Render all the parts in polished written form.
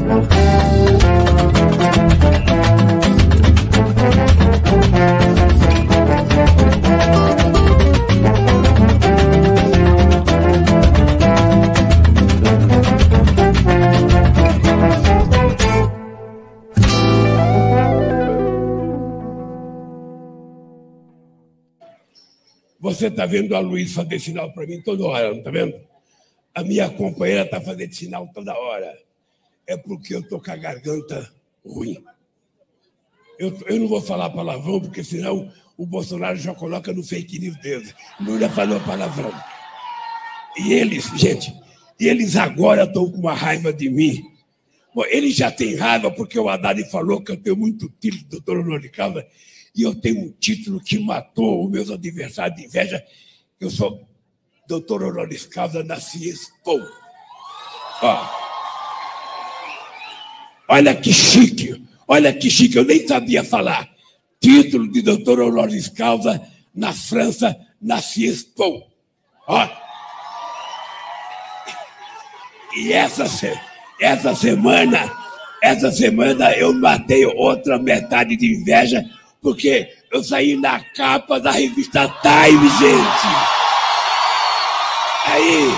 Você está vendo a Luiz fazer sinal para mim toda hora, não está vendo? A minha companheira está fazendo sinal toda hora. É porque eu estou com a garganta ruim. Eu não vou falar palavrão, porque senão o Bolsonaro já coloca no fake news dele. Lula falou palavrão. E eles, gente, eles agora estão com uma raiva de mim. Bom, eles já têm raiva porque o Haddad falou que eu tenho muito título do doutor honoris de causa e eu tenho um título que matou os meus adversários de inveja. Eu sou doutor honoris causa na Ciespo. Olha que chique, eu nem sabia falar. Título de doutor honoris causa na França, na Ciespo. E essa semana eu matei outra metade de inveja, porque eu saí na capa da revista Time, gente. Aí.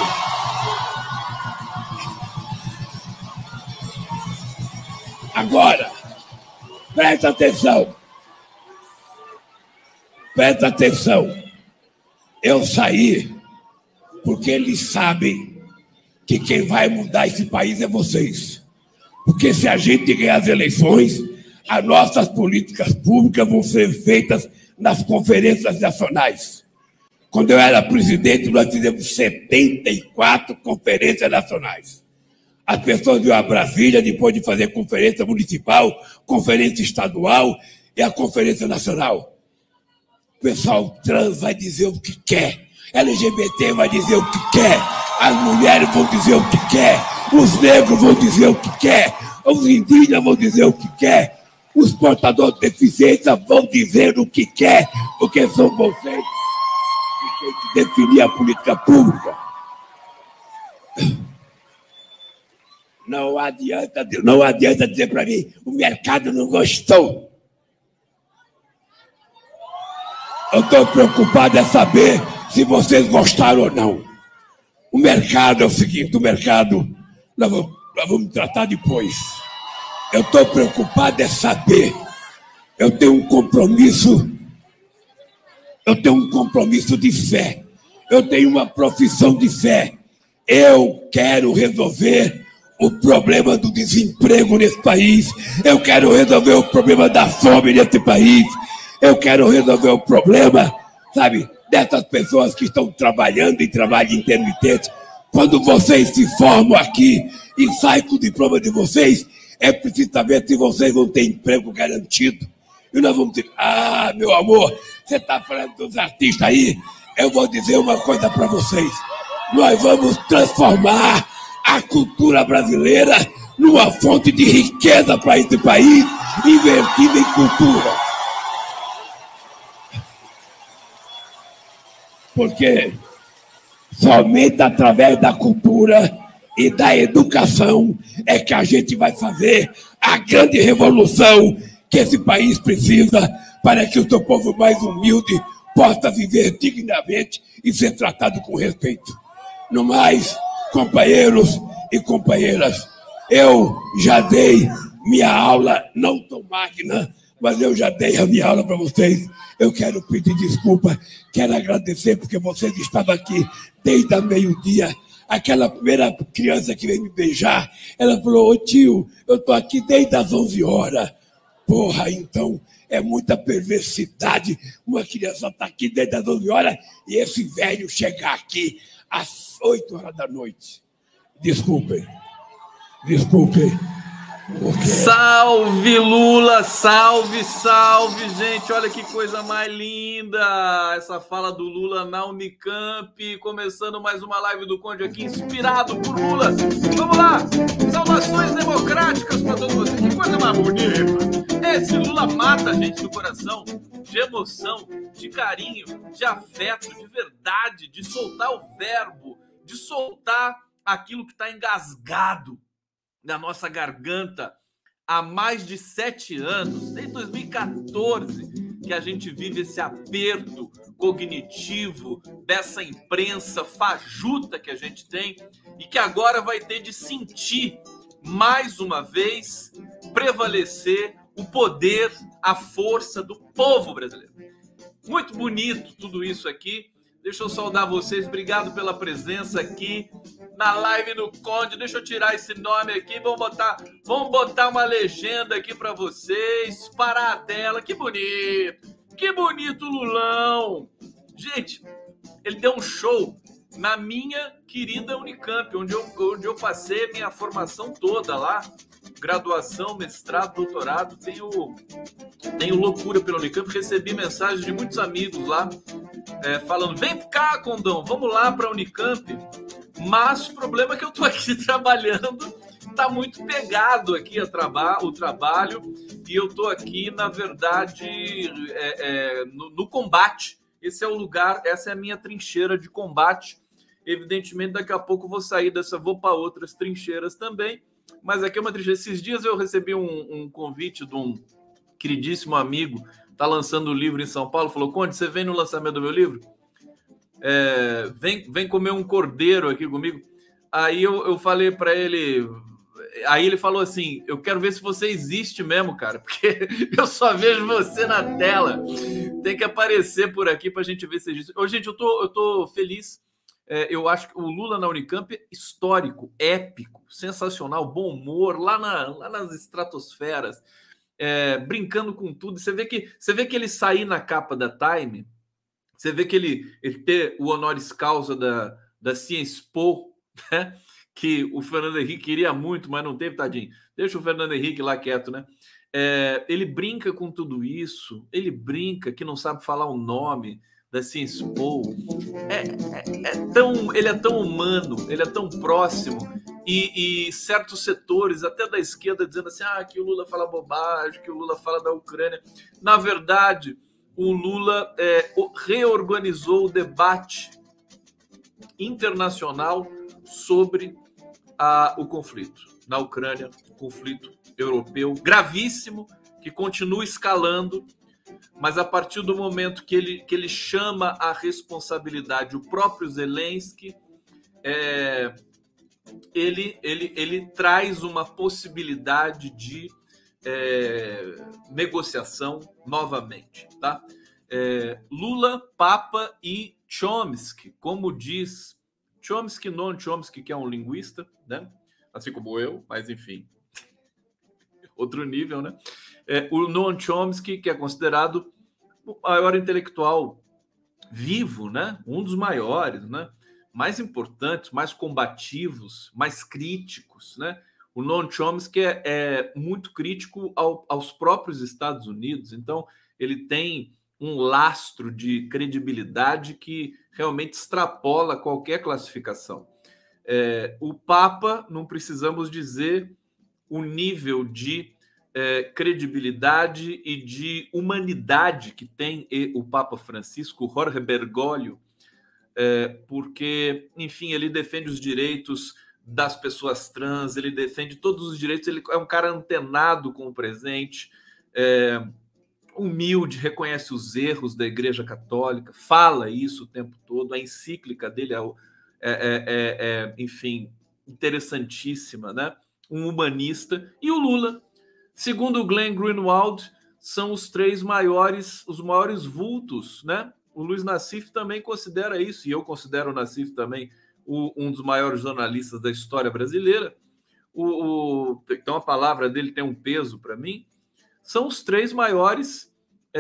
Agora, presta atenção. Eu saí porque eles sabem que quem vai mudar esse país é vocês. Porque se a gente ganhar as eleições, as nossas políticas públicas vão ser feitas nas conferências nacionais. Quando eu era presidente, nós fizemos 74 conferências nacionais. As pessoas iam a Brasília depois de fazer conferência municipal, conferência estadual e a conferência nacional. O pessoal trans vai dizer o que quer, LGBT vai dizer o que quer, as mulheres vão dizer o que quer, os negros vão dizer o que quer, os indígenas vão dizer o que quer, os portadores de deficiência vão dizer o que quer, porque são vocês que têm que definir a política pública. Não adianta dizer para mim, o mercado não gostou. Eu estou preocupado em saber se vocês gostaram ou não. O mercado é o seguinte, nós vamos tratar depois. Eu estou preocupado em saber. Eu tenho um compromisso de fé. Eu tenho uma profissão de fé. Eu quero resolver o problema do desemprego nesse país. Eu quero resolver o problema da fome nesse país. Eu quero resolver o problema, sabe, dessas pessoas que estão trabalhando em trabalho intermitente. Quando vocês se formam aqui e saem com o diploma de vocês, é preciso saber se vocês vão ter emprego garantido. E nós vamos dizer, meu amor, você está falando dos artistas aí? Eu vou dizer uma coisa para vocês. Nós vamos transformar a cultura brasileira numa fonte de riqueza para esse país, investindo em cultura. Porque somente através da cultura e da educação é que a gente vai fazer a grande revolução que esse país precisa para que o seu povo mais humilde possa viver dignamente e ser tratado com respeito. No mais, companheiros e companheiras, eu já dei minha aula, não tão magna, mas eu já dei a minha aula para vocês. Eu quero pedir desculpa, quero agradecer porque vocês estavam aqui desde o meio-dia. Aquela primeira criança que veio me beijar, ela falou, ô tio, eu estou aqui desde as 11 horas. Porra, então é muita perversidade. Uma criança está aqui desde as 11 horas e esse velho chegar aqui às 8 horas da noite. Desculpem. Salve Lula, salve, gente, olha que coisa mais linda, essa fala do Lula na Unicamp, começando mais uma live do Conde aqui, inspirado por Lula. Vamos lá, saudações democráticas para todos vocês, que coisa mais bonita. Esse Lula mata a gente do coração, de emoção, de carinho, de afeto, de verdade, de soltar o verbo, de soltar aquilo que está engasgado na nossa garganta há mais de 7 anos, desde 2014, que a gente vive esse aperto cognitivo dessa imprensa fajuta que a gente tem e que agora vai ter de sentir, mais uma vez, prevalecer o poder, a força do povo brasileiro. Muito bonito tudo isso aqui. Deixa eu saudar vocês, obrigado pela presença aqui na live do Conde. Deixa eu tirar esse nome aqui, vamos botar uma legenda aqui para vocês, parar a tela. Que bonito Lulão. Gente, ele deu um show na minha querida Unicamp, onde eu passei a minha formação toda lá, graduação, mestrado, doutorado. Tenho loucura pela Unicamp, recebi mensagens de muitos amigos lá, falando, vem cá, Condão, vamos lá para a Unicamp. Mas o problema é que eu estou aqui trabalhando, está muito pegado aqui o trabalho, e eu estou aqui, na verdade, no combate. Esse é o lugar, essa é a minha trincheira de combate. Evidentemente, daqui a pouco vou sair dessa, vou para outras trincheiras também, mas aqui é uma trincheira. Esses dias eu recebi um convite de um queridíssimo amigo, está lançando o livro em São Paulo, falou, Conde, você vem no lançamento do meu livro? Vem comer um cordeiro aqui comigo. Aí eu falei para ele, aí ele falou assim, eu quero ver se você existe mesmo, cara, porque eu só vejo você na tela, tem que aparecer por aqui para a gente ver se existe. Gente, eu tô feliz. Eu acho que o Lula na Unicamp é histórico, épico, sensacional, bom humor, lá nas estratosferas, brincando com tudo. Você vê que ele sair na capa da Time, você vê que ele ter o honoris causa da Cienexpo, né? Que o Fernando Henrique queria muito, mas não teve, tadinho. Deixa o Fernando Henrique lá quieto, né? Ele brinca com tudo isso, ele brinca que não sabe falar o nome da Cienexpo. Ele é tão humano, ele é tão próximo, e certos setores, até da esquerda, dizendo assim, que o Lula fala bobagem, que o Lula fala da Ucrânia. Na verdade, o Lula reorganizou o debate internacional sobre o conflito na Ucrânia, o conflito europeu, gravíssimo, que continua escalando, mas a partir do momento que ele chama a responsabilidade o próprio Zelensky, ele traz uma possibilidade de negociação novamente, tá? Lula, Papa e Chomsky, como diz Chomsky, Noam Chomsky, que é um linguista, né? Assim como eu, mas enfim, outro nível, né? O Noam Chomsky, que é considerado o maior intelectual vivo, né? Um dos maiores, né? Mais importantes, mais combativos, mais críticos, né? O Noam Chomsky é muito crítico aos próprios Estados Unidos, então ele tem um lastro de credibilidade que realmente extrapola qualquer classificação. O Papa, não precisamos dizer o nível de credibilidade e de humanidade que tem o Papa Francisco, Jorge Bergoglio, porque, enfim, ele defende os direitos das pessoas trans, ele defende todos os direitos, ele é um cara antenado com o presente, humilde, reconhece os erros da Igreja Católica, fala isso o tempo todo, a encíclica dele enfim, interessantíssima, né? Um humanista. E o Lula, segundo o Glenn Greenwald, são os maiores vultos, né? O Luiz Nassif também considera isso, e eu considero o Nassif também um dos maiores jornalistas da história brasileira. Então a palavra dele tem um peso para mim. São os três maiores,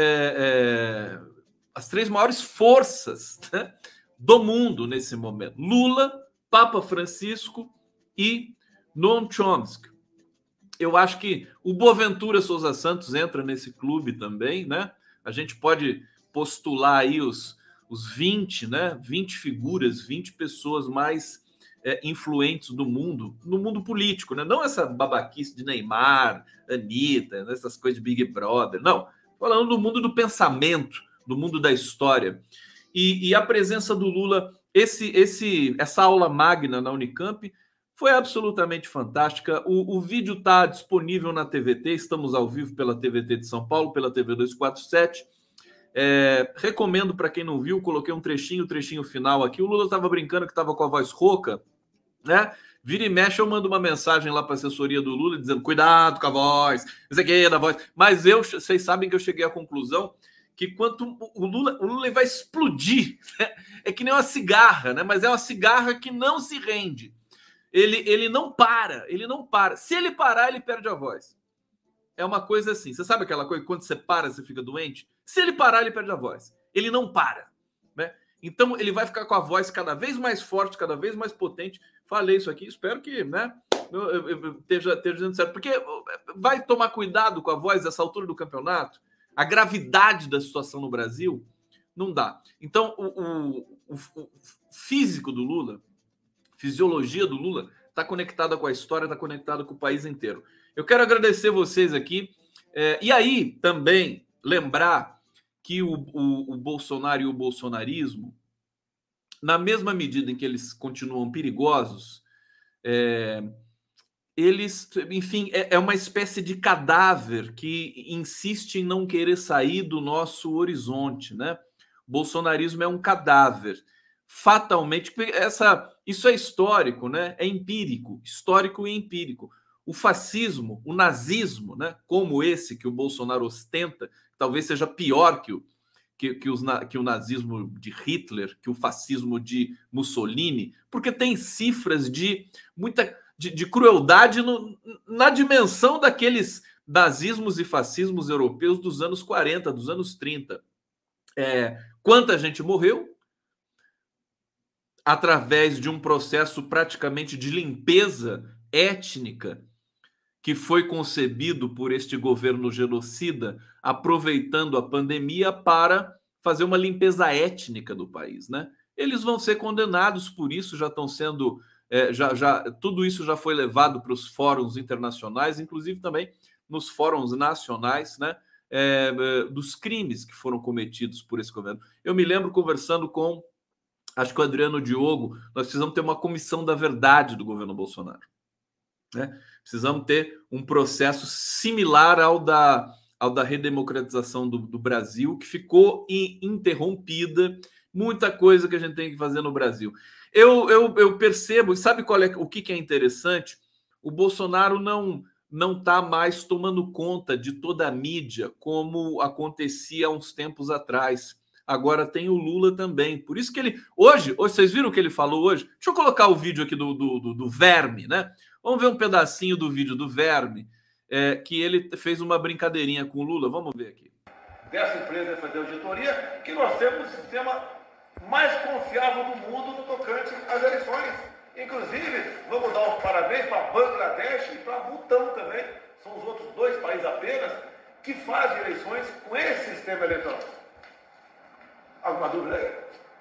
as três maiores forças, né, do mundo nesse momento: Lula, Papa Francisco e Noam Chomsky. Eu acho que o Boaventura Souza Santos entra nesse clube também, né? A gente pode postular aí os 20, né? 20 figuras, 20 pessoas mais influentes do mundo, no mundo político, né? Não essa babaquice de Neymar, Anitta, essas coisas de Big Brother, não. Falando do mundo do pensamento, do mundo da história. E a presença do Lula, essa aula magna na Unicamp Foi absolutamente fantástica. O vídeo está disponível na TVT, estamos ao vivo pela TVT de São Paulo, pela TV 247. Recomendo para quem não viu, coloquei um trechinho final aqui. O Lula estava brincando que estava com a voz rouca, né? Vira e mexe, eu mando uma mensagem lá para a assessoria do Lula dizendo cuidado com a voz, não sei o que, da voz. Mas vocês sabem que eu cheguei à conclusão que quanto o Lula vai explodir, né? É que nem uma cigarra, né? Mas é uma cigarra que não se rende. Ele não para. Se ele parar, ele perde a voz. É uma coisa assim. Você sabe aquela coisa que quando você para, você fica doente? Se ele parar, ele perde a voz. Ele não para, né? Então, ele vai ficar com a voz cada vez mais forte, cada vez mais potente. Falei isso aqui, espero que, né, eu esteja dizendo certo. Porque vai tomar cuidado com a voz dessa altura do campeonato. A gravidade da situação no Brasil não dá. Então, o físico do Lula, fisiologia do Lula, está conectada com a história, está conectada com o país inteiro. Eu quero agradecer vocês aqui. E aí, também, lembrar que o Bolsonaro e o bolsonarismo, na mesma medida em que eles continuam perigosos, eles, enfim, é uma espécie de cadáver que insiste em não querer sair do nosso horizonte, né? O bolsonarismo é um cadáver. Fatalmente, isso é histórico, né? É empírico, histórico e empírico. O fascismo, o nazismo, né? Como esse que o Bolsonaro ostenta, talvez seja pior que o nazismo de Hitler, que o fascismo de Mussolini, porque tem cifras de crueldade na dimensão daqueles nazismos e fascismos europeus dos anos 40, dos anos 30. Quanta gente morreu através de um processo praticamente de limpeza étnica que foi concebido por este governo genocida, aproveitando a pandemia para fazer uma limpeza étnica do país, né? Eles vão ser condenados por isso, já estão sendo... tudo isso já foi levado para os fóruns internacionais, inclusive também nos fóruns nacionais, né? Dos crimes que foram cometidos por esse governo. Eu me lembro conversando com, acho que o Adriano Diogo, nós precisamos ter uma comissão da verdade do governo Bolsonaro, né? Precisamos ter um processo similar ao da redemocratização do Brasil, que ficou interrompida. Muita coisa que a gente tem que fazer no Brasil. Eu percebo, sabe o que é interessante? O Bolsonaro não está mais tomando conta de toda a mídia, como acontecia há uns tempos atrás. Agora tem o Lula também. Por isso que ele... Hoje, vocês viram o que ele falou hoje? Deixa eu colocar o vídeo aqui do Verme, né? Vamos ver um pedacinho do vídeo do Verme, que ele fez uma brincadeirinha com o Lula. Vamos ver aqui. Dessa empresa de fazer auditoria, que nós temos o sistema mais confiável do mundo no tocante às eleições. Inclusive, vamos dar os parabéns para Bangladesh e para Butão também. São os outros 2 países apenas que fazem eleições com esse sistema eleitoral. Alguma dúvida aí?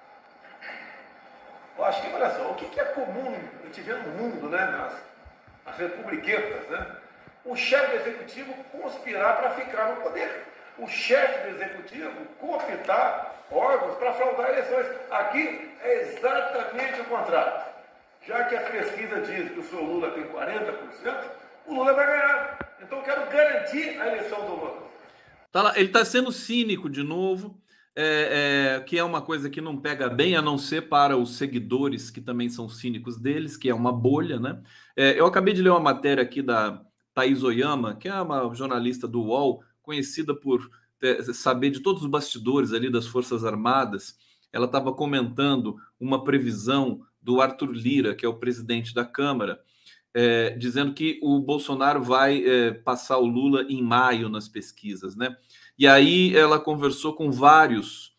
Eu acho que, olha só, o que é comum a gente vê no mundo, né, nas republiquetas, né? O chefe do executivo conspirar para ficar no poder. O chefe do executivo cooptar órgãos para fraudar eleições. Aqui é exatamente o contrário. Já que a pesquisa diz que o senhor Lula tem 40%, o Lula vai ganhar. Então eu quero garantir a eleição do Lula. Tá lá, ele está sendo cínico de novo, que é uma coisa que não pega bem, a não ser para os seguidores que também são cínicos deles, que é uma bolha, né? Eu acabei de ler uma matéria aqui da Thaís Oyama, que é uma jornalista do UOL, conhecida por saber de todos os bastidores ali das Forças Armadas. Ela estava comentando uma previsão do Arthur Lira, que é o presidente da Câmara, dizendo que o Bolsonaro vai passar o Lula em maio nas pesquisas, né? E aí ela conversou com vários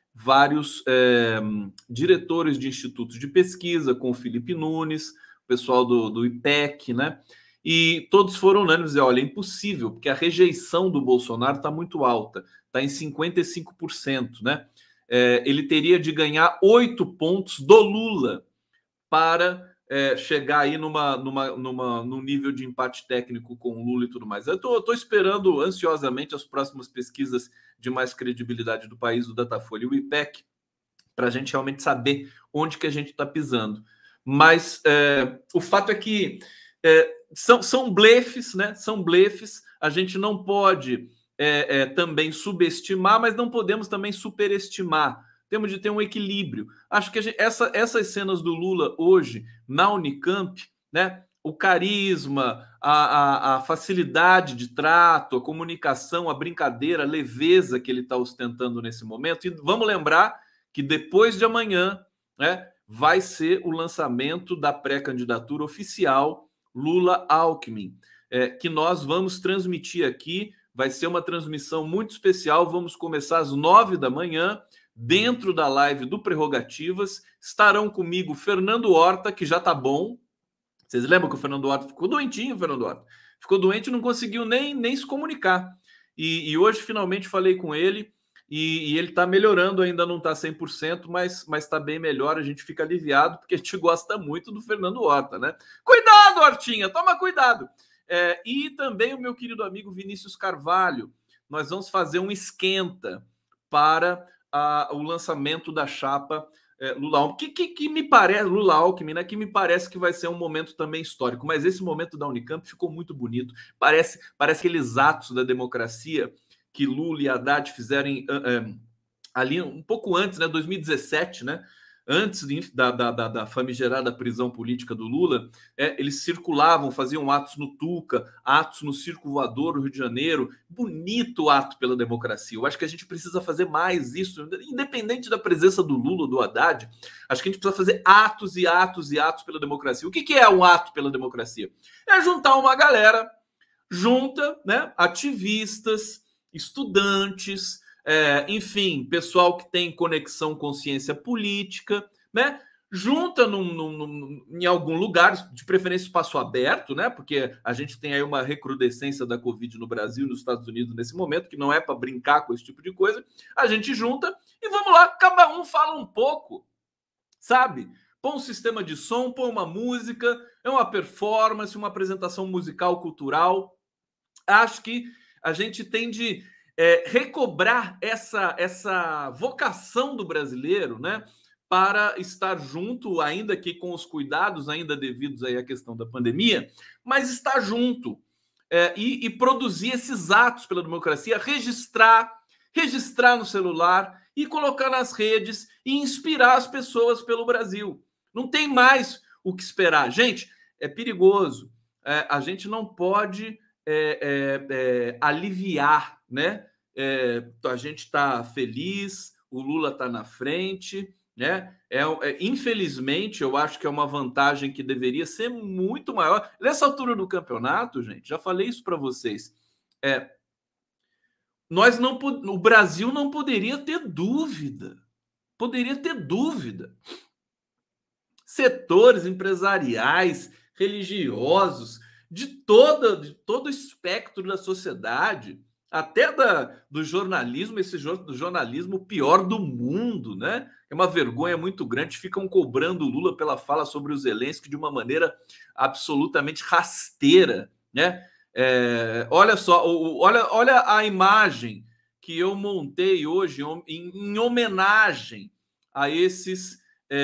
diretores de institutos de pesquisa, com o Felipe Nunes, o pessoal do IPEC, né? E todos foram unânimes dizer, olha, é impossível, porque a rejeição do Bolsonaro está muito alta, está em 55%, né? Ele teria de ganhar 8 pontos do Lula para chegar aí num nível de empate técnico com o Lula e tudo mais. Eu estou esperando ansiosamente as próximas pesquisas de mais credibilidade do país, do Datafolha e o IPEC, para a gente realmente saber onde que a gente está pisando. Mas o fato é que são blefes, né? São blefes. A gente não pode também subestimar, mas não podemos também superestimar. Temos de ter um equilíbrio. Acho que essas cenas do Lula hoje na Unicamp, né? O carisma, a facilidade de trato, a comunicação, a brincadeira, a leveza que ele está ostentando nesse momento. E vamos lembrar que depois de amanhã, né, vai ser o lançamento da pré-candidatura oficial Lula-Alckmin, que nós vamos transmitir aqui. Vai ser uma transmissão muito especial. Vamos começar às 9 da manhã, dentro da live do Prerrogativas. Estarão comigo Fernando Horta, que já está bom. Vocês lembram que o Fernando Horta ficou doentinho? O Fernando Horta ficou doente e não conseguiu nem se comunicar. E hoje, finalmente, falei com ele e ele está melhorando, ainda não está 100%, mas está bem melhor. A gente fica aliviado, porque a gente gosta muito do Fernando Horta, né? Cuidado, Hortinha, toma cuidado. E também o meu querido amigo Vinícius Carvalho. Nós vamos fazer um esquenta para o lançamento da chapa Lula-Alckmin, que me parece, Lula-Alckmin, né, que me parece que vai ser um momento também histórico, mas esse momento da Unicamp ficou muito bonito, parece aqueles atos da democracia que Lula e Haddad fizeram ali um pouco antes, né, 2017, né, antes da famigerada prisão política do Lula. Eles circulavam, faziam atos no Tuca, atos no Circo Voador, no Rio de Janeiro. Bonito ato pela democracia. Eu acho que a gente precisa fazer mais isso, independente da presença do Lula ou do Haddad. Acho que a gente precisa fazer atos e atos e atos pela democracia. O que é um ato pela democracia? É juntar uma galera, né, ativistas, estudantes, enfim, pessoal que tem conexão com ciência política, né? Junta em algum lugar, de preferência espaço aberto, né? Porque a gente tem aí uma recrudescência da Covid no Brasil e nos Estados Unidos nesse momento, que não é para brincar com esse tipo de coisa. A gente junta e vamos lá, cada um fala um pouco, sabe? Põe um sistema de som, põe uma música, é uma performance, uma apresentação musical, cultural. Acho que a gente tem de recobrar essa vocação do brasileiro, né, para estar junto, ainda que com os cuidados ainda devidos aí à questão da pandemia, mas estar junto e produzir esses atos pela democracia, registrar no celular e colocar nas redes e inspirar as pessoas pelo Brasil. Não tem mais o que esperar. Gente, é perigoso. A gente não pode aliviar, né? A gente está feliz, o Lula está na frente, né? Infelizmente, eu acho que é uma vantagem que deveria ser muito maior. Nessa altura do campeonato, gente, já falei isso para vocês. O Brasil não poderia ter dúvida. Setores empresariais, religiosos, de todo o espectro da sociedade, até do jornalismo, do jornalismo pior do mundo, né? É uma vergonha muito grande, ficam cobrando o Lula pela fala sobre o Zelensky de uma maneira absolutamente rasteira, né? Olha só, olha a imagem que eu montei hoje em homenagem a esses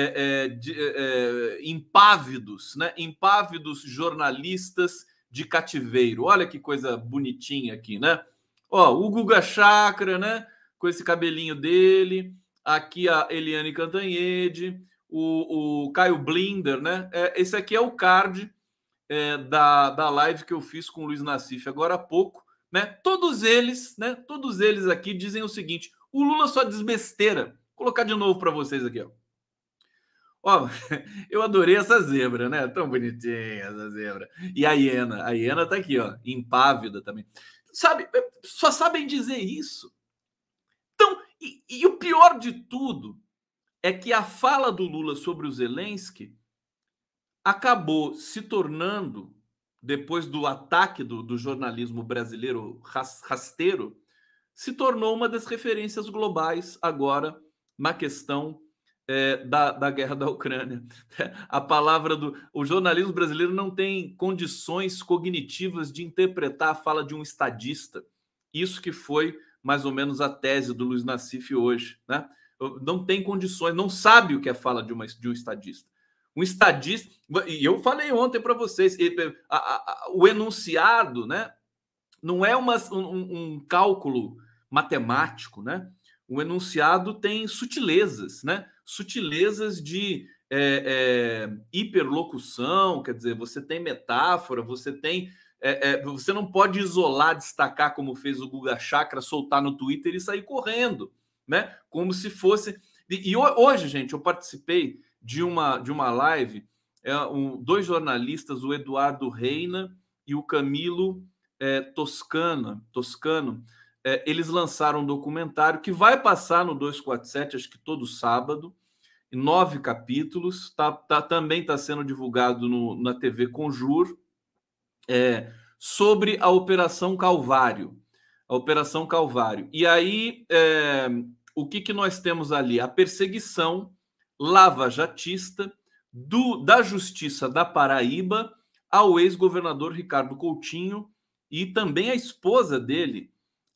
impávidos, né? Impávidos jornalistas de cativeiro. Olha que coisa bonitinha aqui, né? O Guga Chakra, né? Com esse cabelinho dele. Aqui a Eliane Cantanhede, o Caio Blinder, né? Esse aqui é o card da live que eu fiz com o Luiz Nassif agora há pouco, né? Todos eles aqui dizem o seguinte: o Lula só diz besteira. Vou colocar de novo para vocês aqui, ó. Eu adorei essa zebra, né? Tão bonitinha essa zebra. E a hiena tá aqui, ó, impávida também. Sabe, só sabem dizer isso. Então, e o pior de tudo é que a fala do Lula sobre o Zelensky acabou se tornando, depois do ataque do jornalismo brasileiro rasteiro, se tornou uma das referências globais agora na questão da guerra da Ucrânia. A palavra o jornalismo brasileiro não tem condições cognitivas de interpretar a fala de um estadista. Isso que foi mais ou menos a tese do Luiz Nassif hoje, né? Não tem condições, não sabe o que é a fala de um estadista. um estadista, e eu falei ontem para vocês, o enunciado, né, não é um cálculo matemático, né? O enunciado tem sutilezas, né? Sutilezas de hiperlocução, quer dizer, você tem metáfora, você tem... você não pode isolar, destacar, como fez o Guga Chakra, soltar no Twitter e sair correndo, né? Como se fosse... E hoje, gente, eu participei de uma live, dois jornalistas, o Eduardo Reina e o Camilo Toscano, eles lançaram um documentário que vai passar no 247, acho que todo sábado, em 9 capítulos, também está sendo divulgado na TV Conjur, sobre a Operação Calvário. A Operação Calvário. E aí, o que nós temos ali? A perseguição lava-jatista da Justiça da Paraíba ao ex-governador Ricardo Coutinho e também a esposa dele,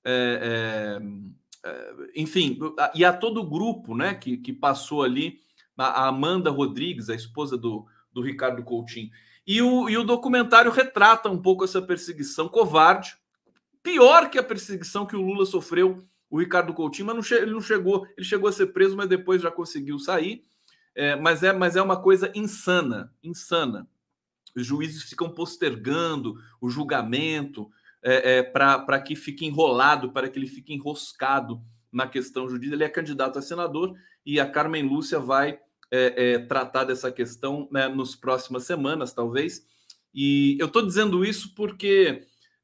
enfim, e a todo o grupo, né, que passou ali, a Amanda Rodrigues, a esposa do Ricardo Coutinho. E o documentário retrata um pouco essa perseguição covarde, pior que a perseguição que o Lula sofreu, o Ricardo Coutinho, mas ele não chegou, ele chegou a ser preso, mas depois já conseguiu sair, mas é uma coisa insana. Os juízes ficam postergando o julgamento, para que fique enrolado, para que ele fique enroscado na questão jurídica. Ele é candidato a senador e a Carmen Lúcia vai tratar dessa questão, né, nas próximas semanas, talvez. E eu estou dizendo isso porque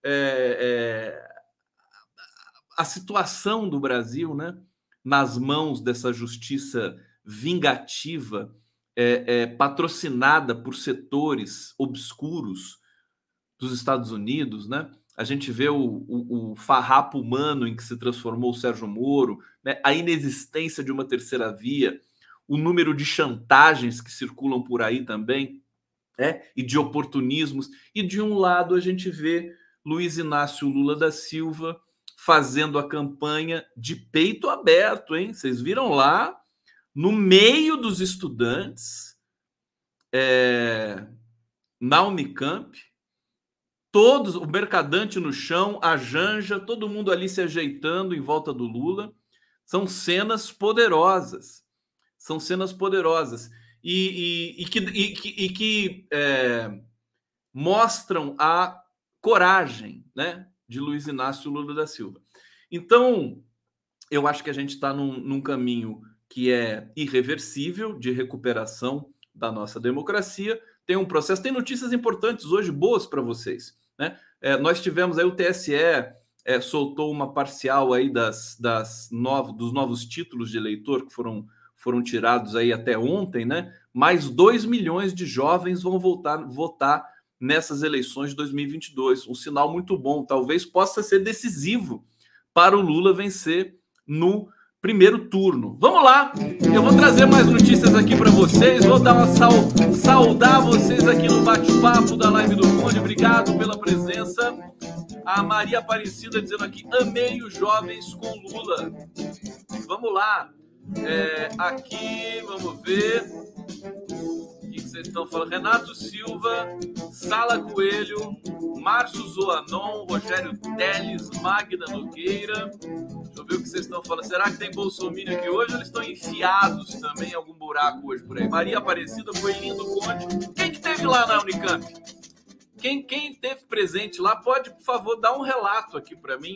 a situação do Brasil, né, nas mãos dessa justiça vingativa, patrocinada por setores obscuros dos Estados Unidos, né? A gente vê o farrapo humano em que se transformou o Sérgio Moro, né? A inexistência de uma terceira via, o número de chantagens que circulam por aí também, e de oportunismos. E de um lado a gente vê Luiz Inácio Lula da Silva fazendo a campanha de peito aberto, hein? Vocês viram lá, no meio dos estudantes, na Unicamp, todos, o Mercadante no chão, a Janja, todo mundo ali se ajeitando em volta do Lula. São cenas poderosas. São cenas poderosas. E que mostram a coragem, né, de Luiz Inácio Lula da Silva. Então, eu acho que a gente está num caminho que é irreversível de recuperação da nossa democracia. Tem um processo, tem notícias importantes hoje, boas para vocês, né? Nós tivemos aí o TSE soltou uma parcial aí dos novos títulos de eleitor que foram tirados aí até ontem, né? Mais 2 milhões de jovens vão votar nessas eleições de 2022. Um sinal muito bom, talvez possa ser decisivo para o Lula vencer no primeiro turno. Vamos lá, eu vou trazer mais notícias aqui para vocês, vou dar saudar vocês aqui no bate-papo da live do Conde. Obrigado pela presença. A Maria Aparecida dizendo aqui, amei os jovens com Lula. Vamos lá, aqui, vamos ver o que vocês estão falando. Renato Silva, Sala Coelho, Márcio Zoanon, Rogério Teles, Magda Nogueira. Deixa eu ver o que vocês estão falando. Será que tem bolsominion aqui hoje ou eles estão enfiados também em algum buraco hoje por aí? Maria Aparecida, foi lindo, Conde. Quem que teve lá na Unicamp? Quem teve presente lá, pode, por favor, dar um relato aqui para mim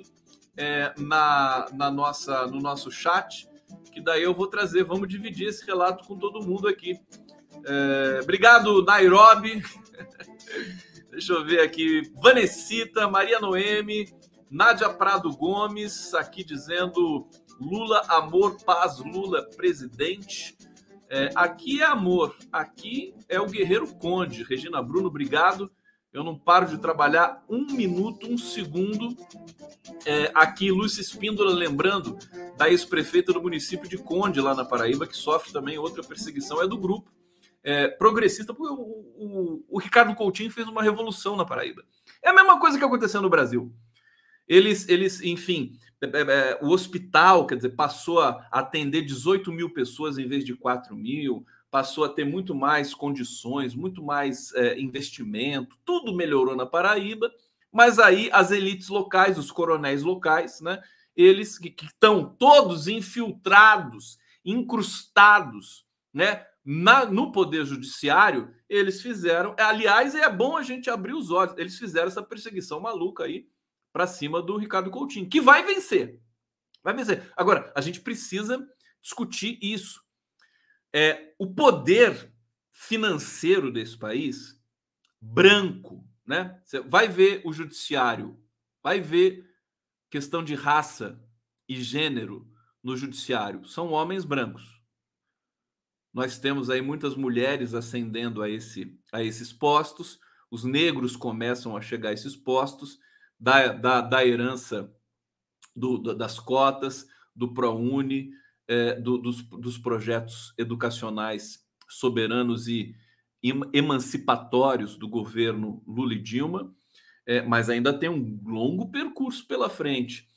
no nosso chat, que daí eu vou trazer, vamos dividir esse relato com todo mundo aqui. Obrigado, Nairobi. Deixa eu ver aqui. Vanessita, Maria Noemi, Nádia Prado Gomes, aqui dizendo Lula, amor, paz, Lula, presidente. Aqui é amor, aqui é o Guerreiro Conde. Regina Bruno, obrigado. Eu não paro de trabalhar 1 minuto, 1 segundo. Aqui, Lúcia Espíndola, lembrando da ex-prefeita do município de Conde, lá na Paraíba, que sofre também outra perseguição, é do grupo progressista, porque o Ricardo Coutinho fez uma revolução na Paraíba. É a mesma coisa que aconteceu no Brasil. Eles enfim, o hospital, quer dizer, passou a atender 18 mil pessoas em vez de 4 mil. passou a ter muito mais condições, muito mais investimento, tudo melhorou na Paraíba, mas aí as elites locais, os coronéis locais, né, eles que estão todos infiltrados, incrustados, né, no Poder Judiciário, eles fizeram, aliás, é bom a gente abrir os olhos, eles fizeram essa perseguição maluca aí para cima do Ricardo Coutinho, que vai vencer. Vai vencer. Agora, a gente precisa discutir isso. O poder financeiro desse país, branco, né? Você vai ver o judiciário, vai ver questão de raça e gênero no judiciário. São homens brancos. Nós temos aí muitas mulheres ascendendo a esses postos, os negros começam a chegar a esses postos, da herança das cotas, do ProUni, dos projetos educacionais soberanos e emancipatórios do governo Lula e Dilma, mas ainda tem um longo percurso pela frente.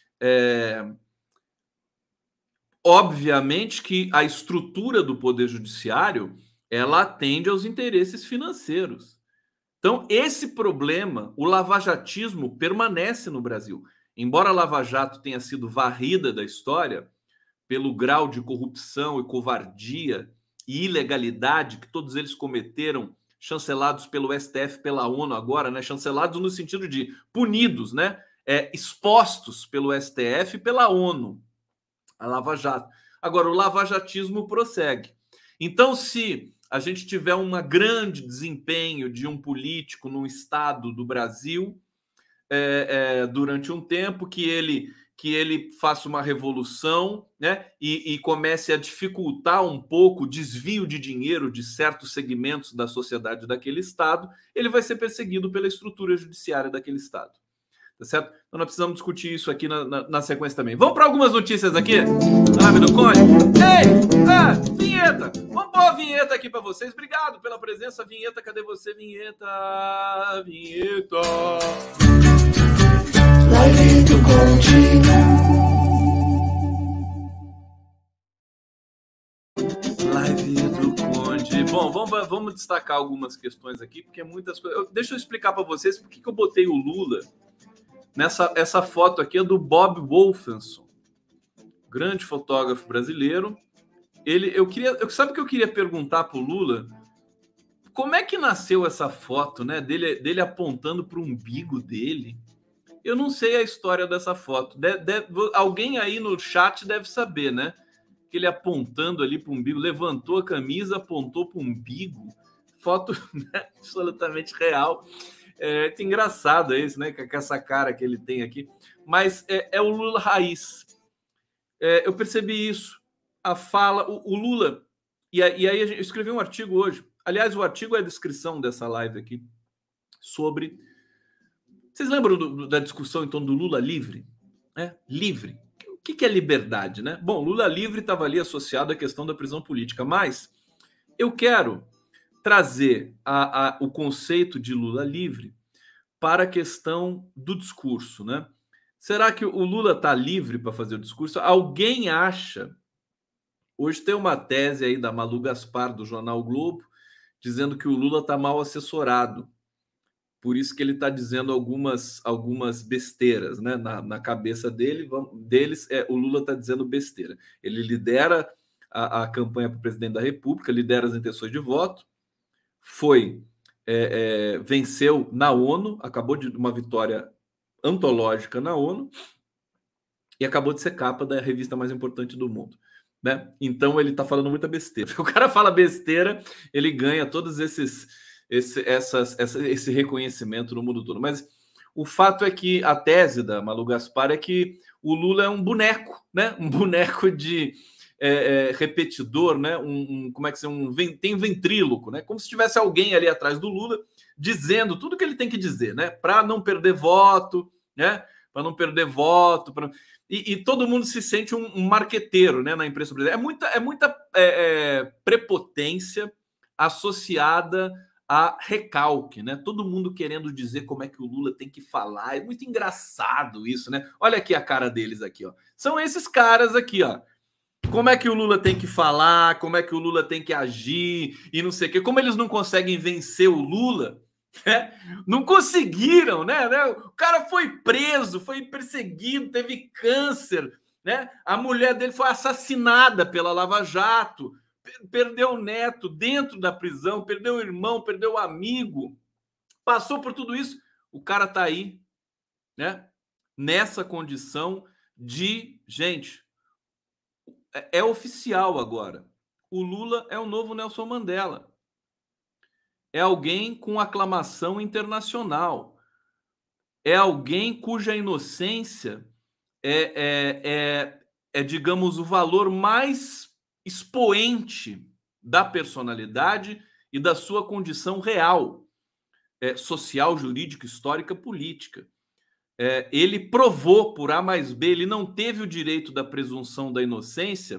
Obviamente que a estrutura do Poder Judiciário ela atende aos interesses financeiros. Então, esse problema, o lavajatismo, permanece no Brasil. Embora a Lava Jato tenha sido varrida da história pelo grau de corrupção e covardia e ilegalidade que todos eles cometeram, chancelados pelo STF, pela ONU agora, né? Chancelados no sentido de punidos, né? Expostos pelo STF e pela ONU, a Lava Jato. Agora, o lavajatismo prossegue. Então, se a gente tiver um grande desempenho de um político no estado do Brasil durante um tempo, que ele faça uma revolução, né, e comece a dificultar um pouco o desvio de dinheiro de certos segmentos da sociedade daquele estado, ele vai ser perseguido pela estrutura judiciária daquele estado. Tá certo? Então nós precisamos discutir isso aqui na sequência também. Vamos para algumas notícias aqui? Live do Conde. Ei! Vinheta! Vamos pôr a vinheta aqui para vocês. Obrigado pela presença. Vinheta, cadê você? Vinheta! Vinheta! Live do Conde. Live do Conde. Bom, vamos destacar algumas questões aqui, porque muitas coisas. Deixa eu explicar para vocês por que eu botei o Lula. Essa foto aqui é do Bob Wolfenson, grande fotógrafo brasileiro. Sabe o que eu queria perguntar para o Lula? Como é que nasceu essa foto, né, dele apontando para o umbigo dele? Eu não sei a história dessa foto. Alguém aí no chat deve saber, né? Que ele apontando ali para o umbigo, levantou a camisa, apontou para o umbigo. Foto, né, absolutamente real. É engraçado isso, né? Com essa cara que ele tem aqui. Mas é o Lula raiz. Eu percebi isso. A fala... O Lula... E aí eu escrevi um artigo hoje. Aliás, o artigo é a descrição dessa live aqui. Sobre... Vocês lembram da discussão em torno do Lula livre? Livre. O que é liberdade, né? Bom, Lula livre estava ali associado à questão da prisão política. Mas eu quero trazer o conceito de Lula livre para a questão do discurso, né? Será que o Lula está livre para fazer o discurso? Alguém acha... Hoje tem uma tese aí da Malu Gaspar, do jornal o Globo, dizendo que o Lula está mal assessorado. Por isso que ele está dizendo algumas besteiras, né? Na cabeça deles, o Lula está dizendo besteira. Ele lidera a campanha para o presidente da República, lidera as intenções de voto, venceu na ONU, acabou de uma vitória antológica na ONU e acabou de ser capa da revista mais importante do mundo, né? Então ele está falando muita besteira. O cara fala besteira, ele ganha todos esse reconhecimento no mundo todo. Mas o fato é que a tese da Malu Gaspar é que o Lula é um boneco, né? Um boneco de repetidor, né? Como é que tem ventríloco, né? Como se tivesse alguém ali atrás do Lula dizendo tudo que ele tem que dizer, né? Para não perder voto, né? Para não perder voto, e todo mundo se sente um marqueteiro, né? Na imprensa brasileira. É muita prepotência associada a recalque, né? Todo mundo querendo dizer como é que o Lula tem que falar. É muito engraçado isso, né? Olha aqui a cara deles aqui, ó. São esses caras aqui, ó. como é que o Lula tem que falar, como é que o Lula tem que agir e não sei o quê. Como eles não conseguem vencer o Lula, né? Não conseguiram, né? O cara foi preso, foi perseguido, teve câncer, né? A mulher dele foi assassinada pela Lava Jato, perdeu o neto dentro da prisão, perdeu o irmão, perdeu o amigo, passou por tudo isso. O cara tá aí, né? Nessa condição de, gente, é oficial agora. O Lula é o novo Nelson Mandela. É alguém com aclamação internacional. É alguém cuja inocência digamos, o valor mais expoente da personalidade e da sua condição real, social, jurídica, histórica, política. Ele provou por A mais B, ele não teve o direito da presunção da inocência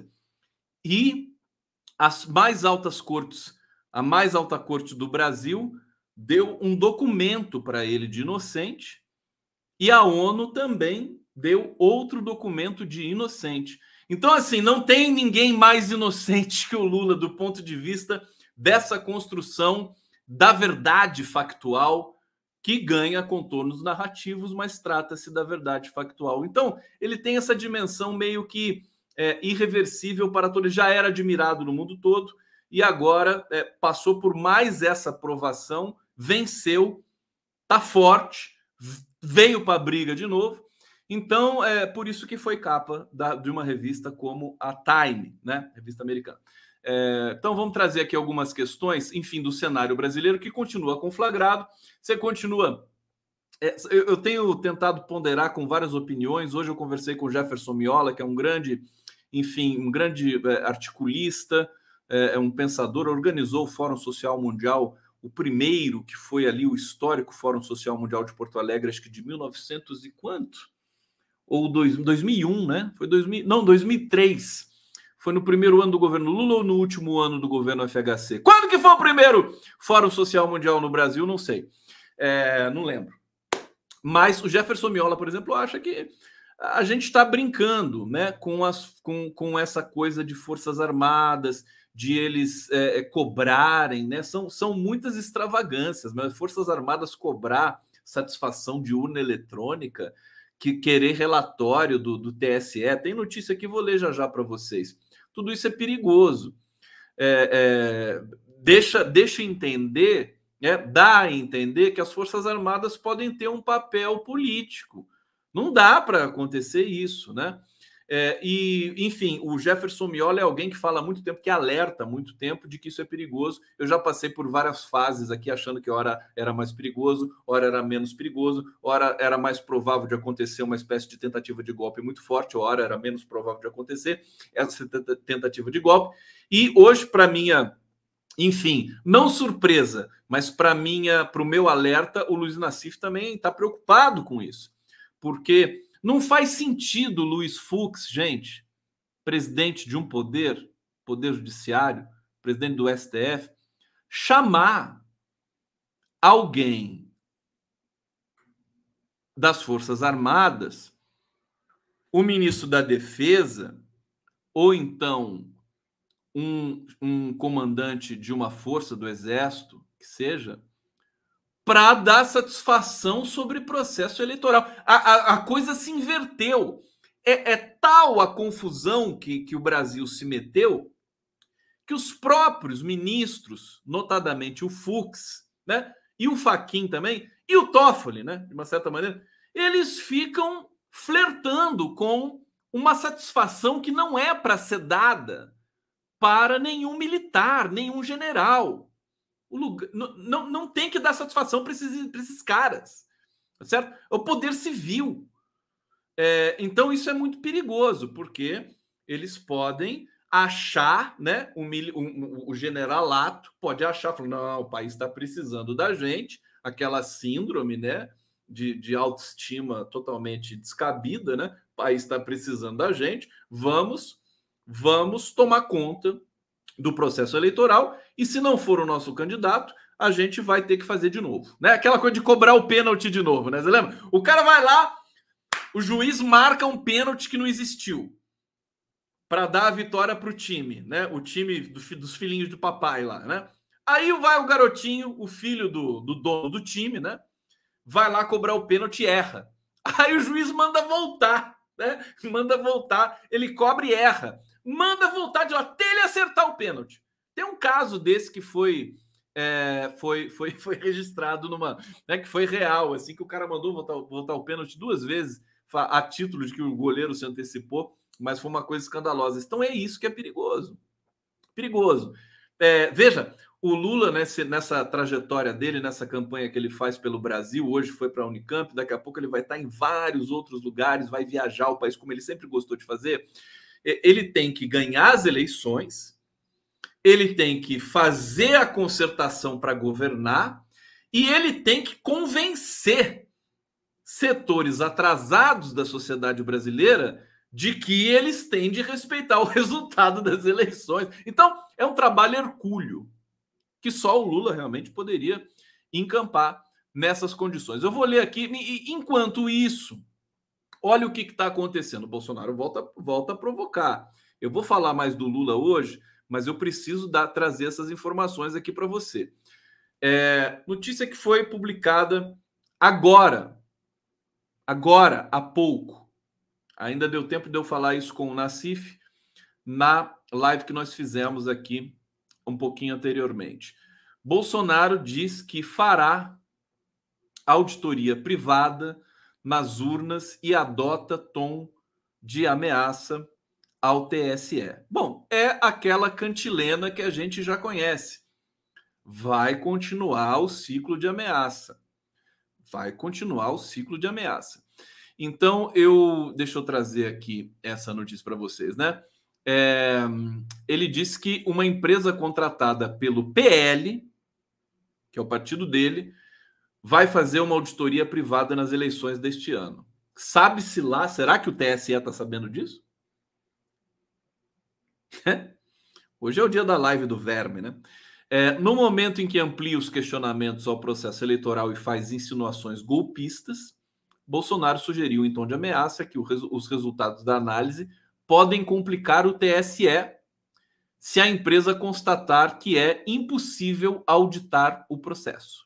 e as mais altas cortes, a mais alta corte do Brasil deu um documento para ele de inocente e a ONU também deu outro documento de inocente. Então, assim, não tem ninguém mais inocente que o Lula do ponto de vista dessa construção da verdade factual que ganha contornos narrativos, mas trata-se da verdade factual. Então, ele tem essa dimensão meio que irreversível para todos. Já era admirado no mundo todo e agora passou por mais essa provação, venceu, tá forte, veio para a briga de novo. Então, por isso que foi capa de uma revista como a Time, né? Revista americana. Então, vamos trazer aqui algumas questões, enfim, do cenário brasileiro, que continua conflagrado. Você continua... eu tenho tentado ponderar com várias opiniões. Hoje eu conversei com o Jefferson Miola, que é um grande, enfim, um grande articulista, um pensador, organizou o Fórum Social Mundial, o primeiro, que foi ali o histórico Fórum Social Mundial de Porto Alegre, acho que de 1900 e quanto? Ou 2001, né? Foi 2003. Foi no primeiro ano do governo Lula ou no último ano do governo FHC? Quando que foi o primeiro Fórum Social Mundial no Brasil? Não sei. Não lembro. Mas o Jefferson Miola, por exemplo, acha que a gente está brincando, né, com essa coisa de Forças Armadas, de eles cobrarem, né? São muitas extravagâncias, mas Forças Armadas cobrar satisfação de urna eletrônica, que querer relatório do TSE, tem notícia aqui, vou ler já para vocês. Tudo isso é perigoso. Deixa entender, dá a entender que as Forças Armadas podem ter um papel político. Não dá para acontecer isso, né? E, enfim, o Jefferson Miola é alguém que fala há muito tempo, que alerta há muito tempo de que isso é perigoso. Eu já passei por várias fases aqui, achando que ora era mais perigoso, ora era menos perigoso, ora era mais provável de acontecer uma espécie de tentativa de golpe muito forte, ora era menos provável de acontecer essa tentativa de golpe. E hoje, para minha, enfim, não surpresa, mas para o meu alerta, o Luiz Nassif também está preocupado com isso, porque não faz sentido Luiz Fux, gente, presidente de um poder judiciário, presidente do STF, chamar alguém das Forças Armadas, o ministro da Defesa, ou então um comandante de uma força do Exército, que seja, para dar satisfação sobre processo eleitoral. A coisa se inverteu. É tal a confusão que o Brasil se meteu que os próprios ministros, notadamente o Fux, né, e o Fachin também, e o Toffoli, né, de uma certa maneira, eles ficam flertando com uma satisfação que não é para ser dada para nenhum militar, nenhum general. Não tem que dar satisfação para esses caras, certo? É o poder civil. Então isso é muito perigoso, porque eles podem achar, né? O generalato pode achar, falando, não, o país está precisando da gente, aquela síndrome, né, de autoestima totalmente descabida, né? O país está precisando da gente, vamos tomar conta do processo eleitoral, e se não for o nosso candidato, a gente vai ter que fazer de novo, né? Aquela coisa de cobrar o pênalti de novo, né? Você lembra? O cara vai lá, o juiz marca um pênalti que não existiu. para dar a vitória para o time, né? O time dos filhinhos do papai lá, né? Aí vai o garotinho, o filho do dono do time, né? Vai lá cobrar o pênalti e erra. Aí o juiz manda voltar, né? Manda voltar, ele cobra e erra. Manda voltar de lá até ele acertar o pênalti. Tem um caso desse que foi registrado numa, né, que foi real, assim, que o cara mandou voltar o pênalti 2 vezes a título de que o goleiro se antecipou, mas foi uma coisa escandalosa. Então é isso que é perigoso. Perigoso. Veja, o Lula, nessa trajetória dele, nessa campanha que ele faz pelo Brasil, hoje foi para a Unicamp, daqui a pouco ele vai estar em vários outros lugares, vai viajar o país como ele sempre gostou de fazer. Ele tem que ganhar as eleições, ele tem que fazer a concertação para governar e ele tem que convencer setores atrasados da sociedade brasileira de que eles têm de respeitar o resultado das eleições. Então, é um trabalho hercúleo que só o Lula realmente poderia encampar nessas condições. Eu vou ler aqui, enquanto isso, olha o que está acontecendo. O Bolsonaro volta a provocar. Eu vou falar mais do Lula hoje, mas eu preciso trazer essas informações aqui para você. Notícia que foi publicada agora, há pouco. Ainda deu tempo de eu falar isso com o Nassif na live que nós fizemos aqui um pouquinho anteriormente. Bolsonaro diz que fará auditoria privada nas urnas e adota tom de ameaça ao TSE. Bom, é aquela cantilena que a gente já conhece. Vai continuar o ciclo de ameaça. Vai continuar o ciclo de ameaça. Então, deixa eu trazer aqui essa notícia para vocês, né? Ele disse que uma empresa contratada pelo PL, que é o partido dele, vai fazer uma auditoria privada nas eleições deste ano. Sabe-se lá, será que o TSE está sabendo disso? Hoje é o dia da live do verme, né? No momento em que amplia os questionamentos ao processo eleitoral e faz insinuações golpistas, Bolsonaro sugeriu em tom de ameaça que os resultados da análise podem complicar o TSE se a empresa constatar que é impossível auditar o processo.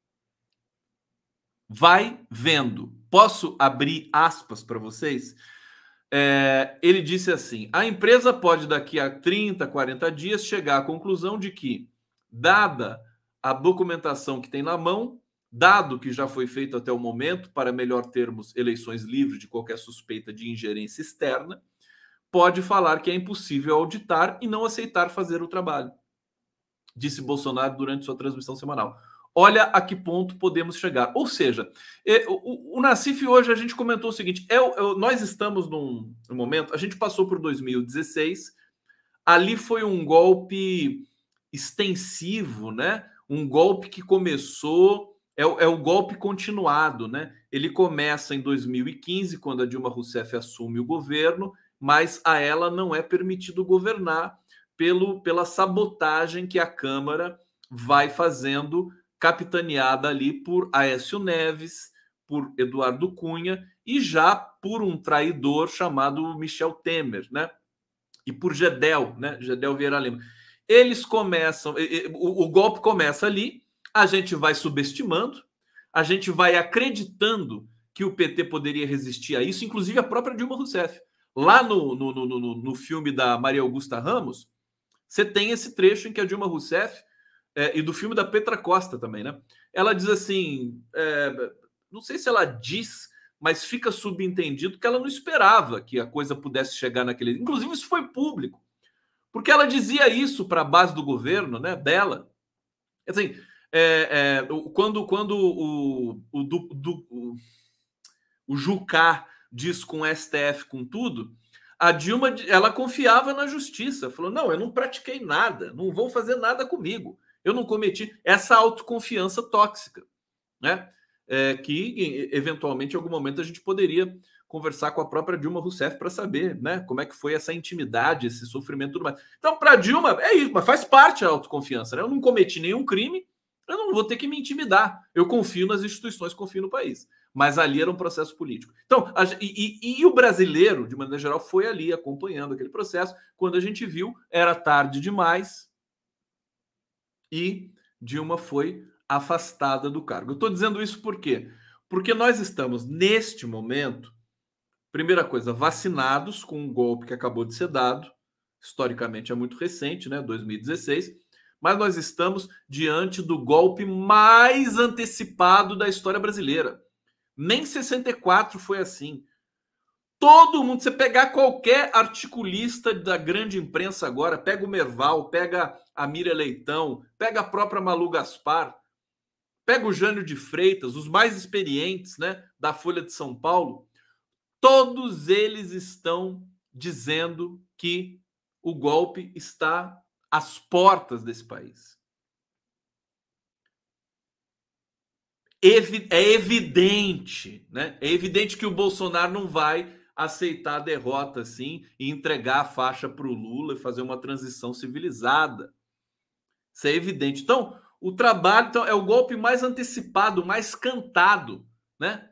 Vai vendo. Posso abrir aspas para vocês? Ele disse assim: a empresa pode daqui a 30, 40 dias chegar à conclusão de que, dada a documentação que tem na mão, dado que já foi feito até o momento para melhor termos eleições livres de qualquer suspeita de ingerência externa, pode falar que é impossível auditar e não aceitar fazer o trabalho, disse Bolsonaro durante sua transmissão semanal. Olha a que ponto podemos chegar. Ou seja, o Nassif hoje a gente comentou o seguinte, nós estamos num momento, a gente passou por 2016, ali foi um golpe extensivo, né? Um golpe que começou... É o golpe continuado, né? Ele começa em 2015, quando a Dilma Rousseff assume o governo, mas a ela não é permitido governar pela sabotagem que a Câmara vai fazendo, capitaneada ali por Aécio Neves, por Eduardo Cunha e já por um traidor chamado Michel Temer, né? E por Gedel, né? Gedel Vieira Lima. Eles começam... O golpe começa ali, a gente vai subestimando, a gente vai acreditando que o PT poderia resistir a isso, inclusive a própria Dilma Rousseff. Lá no filme da Maria Augusta Ramos, você tem esse trecho em que a Dilma Rousseff, e do filme da Petra Costa também, né? Ela diz assim, não sei se ela diz, mas fica subentendido que ela não esperava que a coisa pudesse chegar naquele... Inclusive isso foi público, porque ela dizia isso para a base do governo, né, dela. Assim... quando o Jucá diz com o STF, com tudo, a Dilma, ela confiava na justiça, falou, não, eu não pratiquei nada, não vão fazer nada comigo, eu não cometi essa autoconfiança tóxica, né? Que eventualmente em algum momento a gente poderia conversar com a própria Dilma Rousseff para saber, né, como é que foi essa intimidade, esse sofrimento e tudo mais. Então, para a Dilma, é isso, mas faz parte da autoconfiança, né? Eu não cometi nenhum crime, eu não vou ter que me intimidar. Eu confio nas instituições, confio no país. Mas ali era um processo político. Então, e o brasileiro, de maneira geral, foi ali acompanhando aquele processo. Quando a gente viu, era tarde demais e Dilma foi afastada do cargo. Eu estou dizendo isso por quê? Porque nós estamos, neste momento, primeira coisa, vacinados com um golpe que acabou de ser dado, historicamente é muito recente, né, 2016, mas nós estamos diante do golpe mais antecipado da história brasileira. Nem 64 foi assim. Todo mundo, você pegar qualquer articulista da grande imprensa agora, pega o Merval, pega a Miriam Leitão, pega a própria Malu Gaspar, pega o Jânio de Freitas, os mais experientes, né, da Folha de São Paulo, todos eles estão dizendo que o golpe está às portas desse país. É evidente, né? É evidente que o Bolsonaro não vai aceitar a derrota assim e entregar a faixa para o Lula e fazer uma transição civilizada. Isso é evidente. Então, o trabalho é o golpe mais antecipado, mais cantado, né?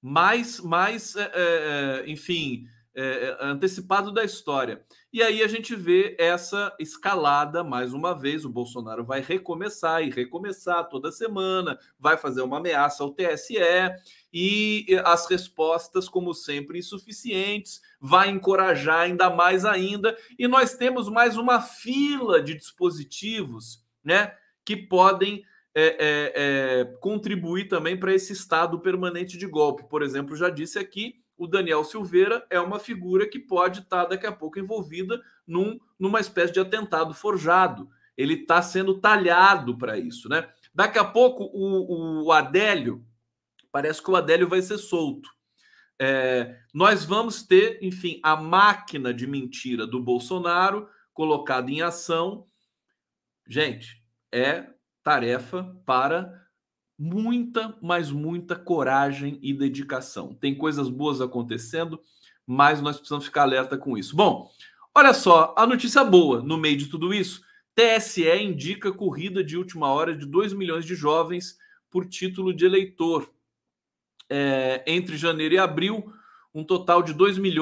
Enfim, antecipado da história. E aí a gente vê essa escalada mais uma vez. O Bolsonaro vai recomeçar e recomeçar toda semana, vai fazer uma ameaça ao TSE e as respostas, como sempre, insuficientes, vai encorajar ainda mais ainda. E nós temos mais uma fila de dispositivos, né, que podem contribuir também para esse estado permanente de golpe. Por exemplo, já disse aqui, o Daniel Silveira é uma figura que pode estar daqui a pouco envolvida numa espécie de atentado forjado. Ele está sendo talhado para isso, né? Daqui a pouco o Adélio, parece que o Adélio vai ser solto. Nós vamos ter, enfim, a máquina de mentira do Bolsonaro colocada em ação. Gente, é tarefa para muita, mas muita coragem e dedicação. Tem coisas boas acontecendo, mas nós precisamos ficar alerta com isso. Bom, olha só, a notícia boa no meio de tudo isso: TSE indica corrida de última hora de 2 milhões de jovens por título de eleitor. Entre janeiro e abril, um total de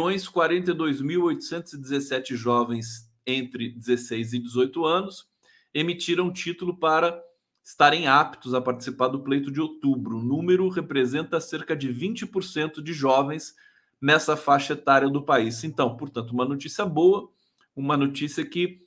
2.042.817 jovens entre 16 e 18 anos emitiram título para estarem aptos a participar do pleito de outubro. O número representa cerca de 20% de jovens nessa faixa etária do país. Então, portanto, uma notícia boa, uma notícia que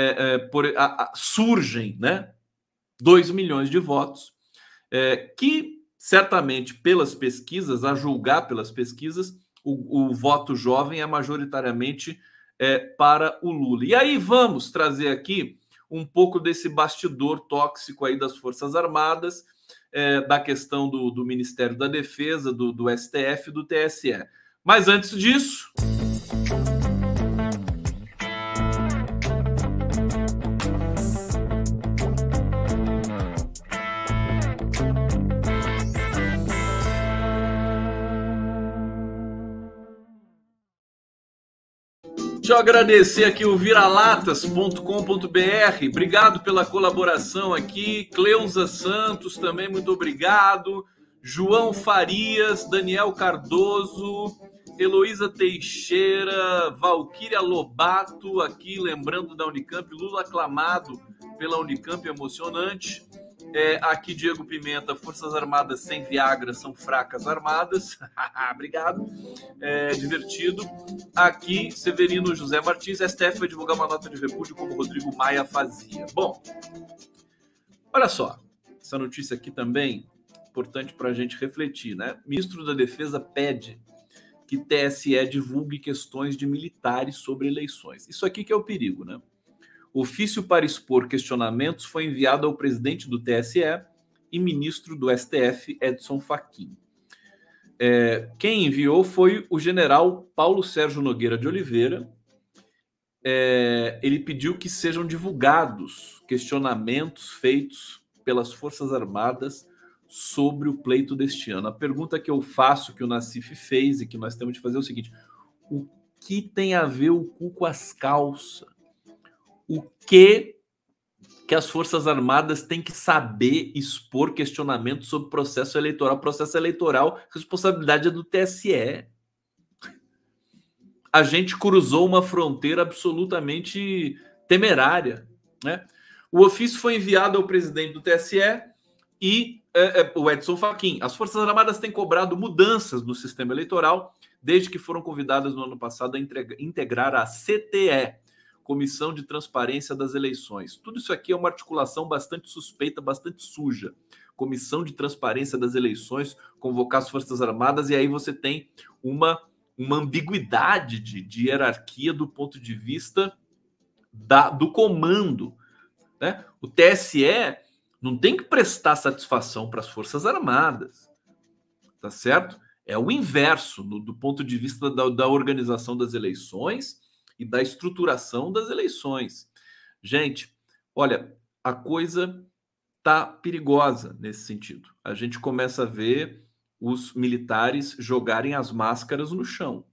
surgem, né, 2 milhões de votos, que certamente pelas pesquisas, a julgar pelas pesquisas, o voto jovem é majoritariamente para o Lula. E aí vamos trazer aqui um pouco desse bastidor tóxico aí das Forças Armadas, da questão do Ministério da Defesa, do STF e do TSE. Mas antes disso... Deixa eu agradecer aqui o viralatas.com.br. Obrigado pela colaboração aqui. Cleusa Santos também, muito obrigado. João Farias, Daniel Cardoso, Heloísa Teixeira, Valquíria Lobato, aqui lembrando da Unicamp, Lula aclamado pela Unicamp, emocionante. Aqui Diego Pimenta, Forças Armadas sem Viagra são fracas armadas. Obrigado, divertido. Aqui Severino José Martins, STF vai divulgar uma nota de repúdio como Rodrigo Maia fazia. Bom, olha só, essa notícia aqui também importante para a gente refletir, né? Ministro da Defesa pede que TSE divulgue questões de militares sobre eleições. Isso aqui que é o perigo, né? Ofício para expor questionamentos foi enviado ao presidente do TSE e ministro do STF, Edson Fachin. Quem enviou foi o general Paulo Sérgio Nogueira de Oliveira. Ele pediu que sejam divulgados questionamentos feitos pelas Forças Armadas sobre o pleito deste ano. A pergunta que eu faço, que o Nassif fez e que nós temos de fazer é o seguinte: o que tem a ver o cu com as calças? O que que as Forças Armadas têm que saber expor questionamentos sobre processo eleitoral. Processo eleitoral, responsabilidade é do TSE. A gente cruzou uma fronteira absolutamente temerária, né? O ofício foi enviado ao presidente do TSE e o Edson Fachin. As Forças Armadas têm cobrado mudanças no sistema eleitoral desde que foram convidadas no ano passado a integrar a CTE, Comissão de Transparência das Eleições. Tudo isso aqui é uma articulação bastante suspeita, bastante suja. Comissão de Transparência das Eleições, convocar as Forças Armadas, e aí você tem uma ambiguidade de hierarquia do ponto de vista do comando, né? O TSE não tem que prestar satisfação para as Forças Armadas, tá certo? É o inverso do ponto de vista da organização das eleições e da estruturação das eleições. Gente, olha, a coisa tá perigosa nesse sentido. A gente começa a ver os militares jogarem as máscaras no chão.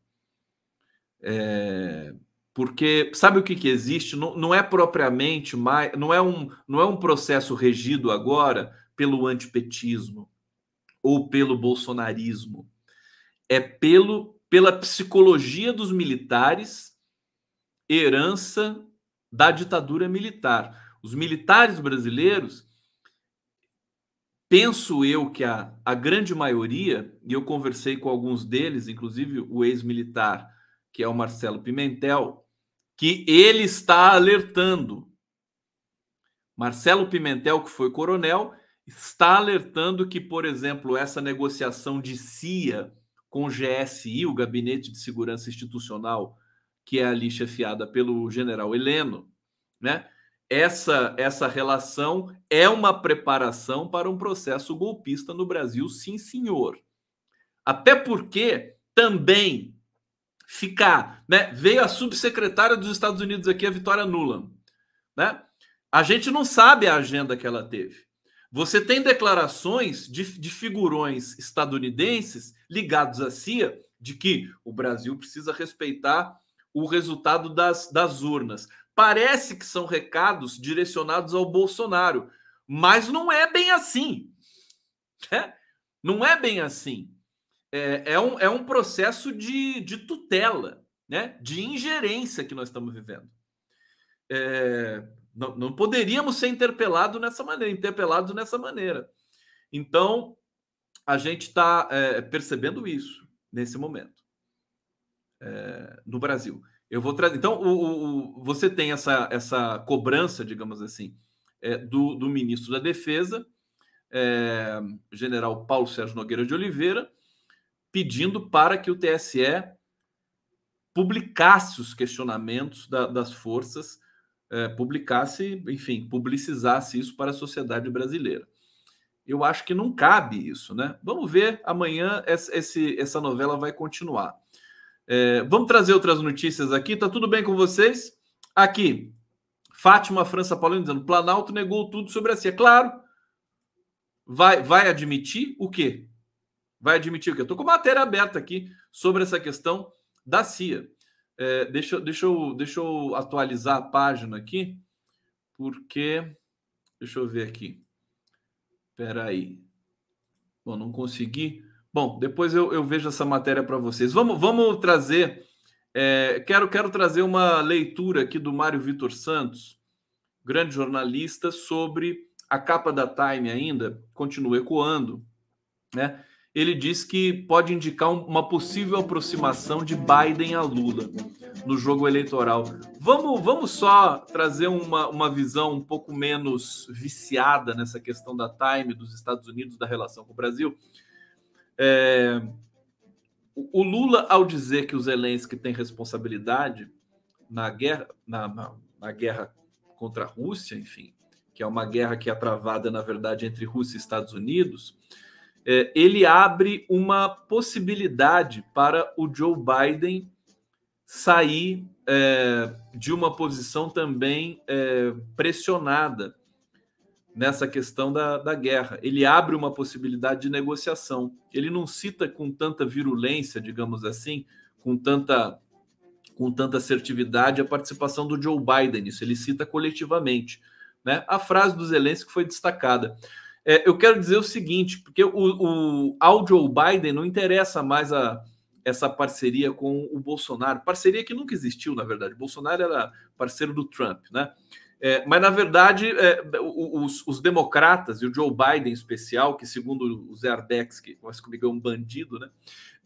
Porque sabe o que existe? Não é propriamente mais, não é um processo regido agora pelo antipetismo ou pelo bolsonarismo. É pela psicologia dos militares, herança da ditadura militar. Os militares brasileiros, penso eu que a grande maioria, e eu conversei com alguns deles, inclusive o ex-militar, que é o Marcelo Pimentel, que ele está alertando. Marcelo Pimentel, que foi coronel, está alertando que, por exemplo, essa negociação de CIA com o GSI, o Gabinete de Segurança Institucional, que é ali chefiada pelo general Heleno, né? Essa relação é uma preparação para um processo golpista no Brasil, sim, senhor. Até porque também né? Veio a subsecretária dos Estados Unidos aqui, a Vitória Nuland, né? A gente não sabe a agenda que ela teve. Você tem declarações de figurões estadunidenses ligados à CIA de que o Brasil precisa respeitar o resultado das urnas. Parece que são recados direcionados ao Bolsonaro, mas não é bem assim. Né? Não é bem assim. É um processo de tutela, né? De ingerência que nós estamos vivendo. Não poderíamos ser interpelados nessa maneira. Então, a gente está percebendo isso nesse momento no Brasil. Eu vou trazer. Então, você tem essa cobrança, digamos assim, do ministro da Defesa, general Paulo Sérgio Nogueira de Oliveira, pedindo para que o TSE publicasse os questionamentos das forças, publicizasse isso para a sociedade brasileira. Eu acho que não cabe isso, né? Vamos ver, amanhã essa novela vai continuar. Vamos trazer outras notícias aqui. Tá tudo bem com vocês? Aqui, Fátima França Paulino dizendo: Planalto negou tudo sobre a CIA. Claro. Vai admitir o quê? Vai admitir o quê? Eu tô com matéria aberta aqui sobre essa questão da CIA. Deixa eu atualizar a página aqui, porque... Deixa eu ver aqui. Espera aí. Bom, não consegui... Bom, depois eu vejo essa matéria para vocês. Vamos trazer... Quero trazer uma leitura aqui do Mário Vitor Santos, grande jornalista, sobre a capa da Time ainda, continua ecoando, né? Ele diz que pode indicar uma possível aproximação de Biden a Lula no jogo eleitoral. Vamos só trazer uma visão um pouco menos viciada nessa questão da Time, dos Estados Unidos, da relação com o Brasil. O Lula, ao dizer que o Zelensky tem responsabilidade na guerra, na guerra contra a Rússia, enfim, que é uma guerra que é travada, na verdade, entre Rússia e Estados Unidos, ele abre uma possibilidade para o Joe Biden sair de uma posição também pressionada nessa questão da guerra. Ele abre uma possibilidade de negociação. Ele não cita com tanta virulência, digamos assim, com tanta assertividade a participação do Joe Biden. Isso ele cita coletivamente. né? A frase do Zelensky foi destacada. Eu quero dizer o seguinte, porque ao Joe Biden não interessa mais essa parceria com o Bolsonaro, parceria que nunca existiu, na verdade. O Bolsonaro era parceiro do Trump, né? Mas, na verdade, os democratas, e o Joe Biden em especial, que segundo o Zé Ardex, que conhece comigo, é um bandido, né?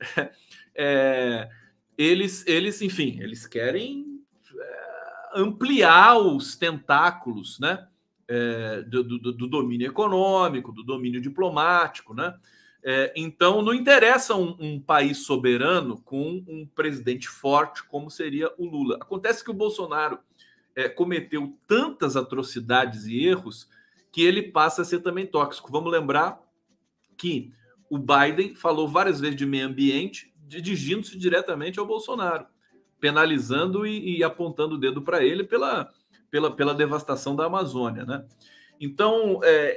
Eles, enfim, eles querem ampliar os tentáculos, né? Do domínio econômico, do domínio diplomático, né? Então, não interessa um país soberano com um presidente forte como seria o Lula. Acontece que o Bolsonaro cometeu tantas atrocidades e erros que ele passa a ser também tóxico. Vamos lembrar que o Biden falou várias vezes de meio ambiente, dirigindo-se diretamente ao Bolsonaro, penalizando e apontando o dedo para ele pela devastação da Amazônia, né? Então,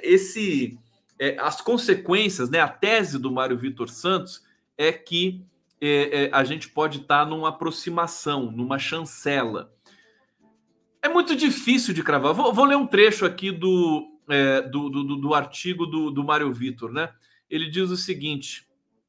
as consequências, né, a tese do Mário Vitor Santos é que a gente pode estar numa aproximação, numa chancela. É muito difícil de cravar. Vou ler um trecho aqui do artigo do Mário Vitor, né? Ele diz o seguinte: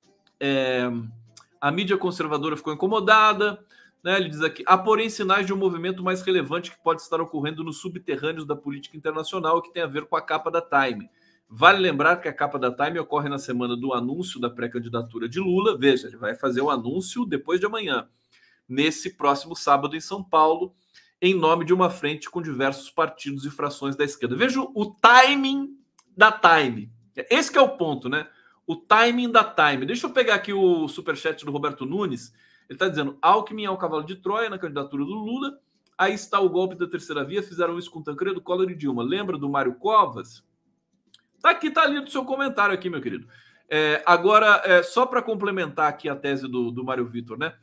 a mídia conservadora ficou incomodada, né? Ele diz aqui: há, porém, sinais de um movimento mais relevante que pode estar ocorrendo nos subterrâneos da política internacional, que tem a ver com a capa da Time. Vale lembrar que a capa da Time ocorre na semana do anúncio da pré-candidatura de Lula. Veja, ele vai fazer o anúncio depois de amanhã, nesse próximo sábado em São Paulo, em nome de uma frente com diversos partidos e frações da esquerda. Veja o timing da Time. Esse que é o ponto, né? O timing da Time. Deixa eu pegar aqui o superchat do Roberto Nunes. Ele está dizendo: Alckmin é o cavalo de Troia na candidatura do Lula. Aí está o golpe da terceira via. Fizeram isso com Tancredo, Collor e Dilma. Lembra do Mário Covas? Tá ali do seu comentário aqui, meu querido. Agora, só para complementar aqui a tese do Mário Vitor, né?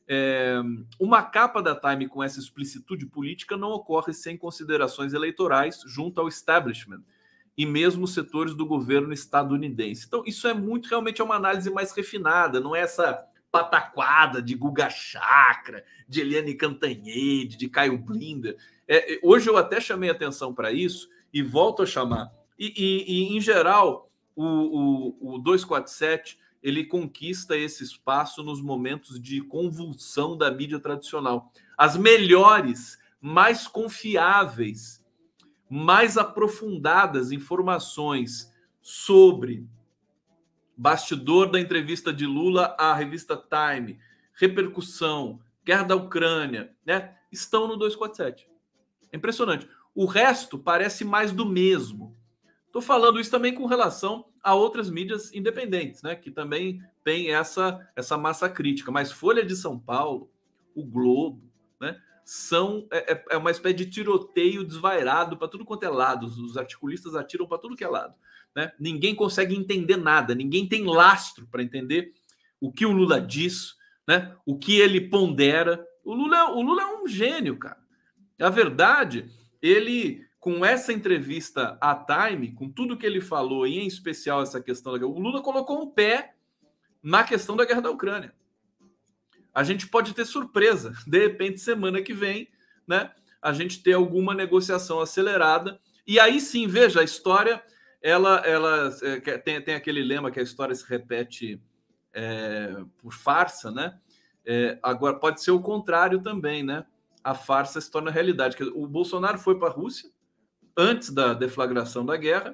Uma capa da Time com essa explicitude política não ocorre sem considerações eleitorais junto ao establishment e mesmo setores do governo estadunidense. Então, isso realmente é uma análise mais refinada, não é essa pataquada de Guga Chakra, de Eliane Cantanhede, de Caio Blinder. Hoje eu até chamei atenção para isso e volto a chamar. E em geral, o 247... ele conquista esse espaço nos momentos de convulsão da mídia tradicional. As melhores, mais confiáveis, mais aprofundadas informações sobre bastidor da entrevista de Lula à revista Time, repercussão, guerra da Ucrânia, né, estão no 247. É impressionante. O resto parece mais do mesmo. Estou falando isso também com relação a outras mídias independentes, né, que também tem essa massa crítica. Mas Folha de São Paulo, o Globo, né, é uma espécie de tiroteio desvairado para tudo quanto é lado. Os articulistas atiram para tudo que é lado, né? Ninguém consegue entender nada, ninguém tem lastro para entender o que o Lula diz, né, o que ele pondera. O Lula é um gênio, cara. A verdade, ele... com essa entrevista à Time, com tudo que ele falou, e em especial essa questão da guerra, o Lula colocou um pé na questão da guerra da Ucrânia. A gente pode ter surpresa, de repente, semana que vem, né, a gente ter alguma negociação acelerada, e aí sim, veja, a história, ela tem aquele lema que a história se repete por farsa, né? Agora, pode ser o contrário também, né? A farsa se torna realidade. O Bolsonaro foi para a Rússia, antes da deflagração da guerra,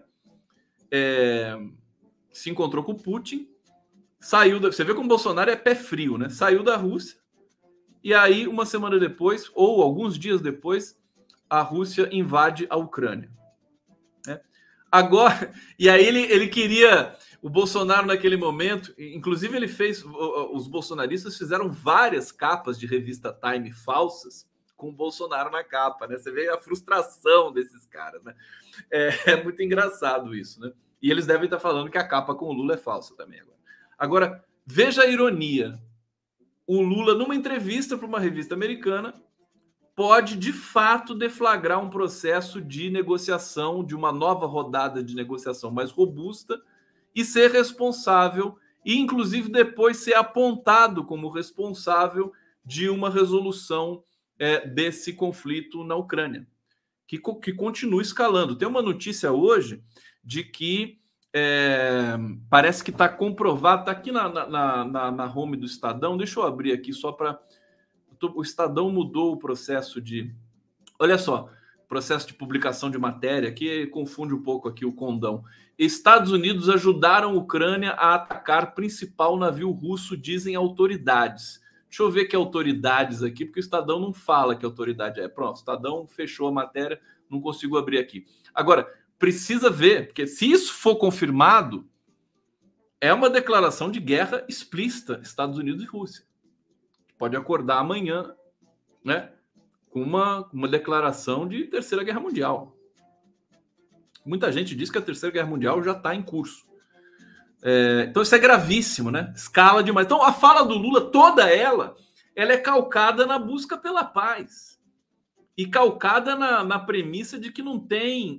se encontrou com o Putin, saiu você vê como o Bolsonaro é pé frio, né? Saiu da Rússia, e aí, uma semana depois, ou alguns dias depois, a Rússia invade a Ucrânia. Né? Agora, e aí ele queria... O Bolsonaro, naquele momento, inclusive os bolsonaristas fizeram várias capas de revista Time falsas, com o Bolsonaro na capa, né? Você vê a frustração desses caras, né? É muito engraçado isso, né? E eles devem estar falando que a capa com o Lula é falsa também agora. Agora, veja a ironia. O Lula, numa entrevista para uma revista americana, pode, de fato, deflagrar um processo de negociação, de uma nova rodada de negociação mais robusta, e ser responsável, e inclusive depois ser apontado como responsável de uma resolução desse conflito na Ucrânia. que continua escalando. Tem uma notícia hoje de que parece que está comprovado, está aqui na home do Estadão, deixa eu abrir aqui só para... O Estadão mudou o processo de... Olha só, processo de publicação de matéria, que confunde um pouco aqui o condão. Estados Unidos ajudaram a Ucrânia a atacar principal navio russo, dizem autoridades. Deixa eu ver que autoridades aqui, porque o Estadão não fala que autoridade é. Pronto, o Estadão fechou a matéria, não consigo abrir aqui. Agora, precisa ver, porque se isso for confirmado, é uma declaração de guerra explícita, Estados Unidos e Rússia. Pode acordar amanhã, né, com uma declaração de Terceira Guerra Mundial. Muita gente diz que a Terceira Guerra Mundial já está em curso. Então isso é gravíssimo, né? Escala demais. Então a fala do Lula, toda ela é calcada na busca pela paz. E calcada na premissa de que não tem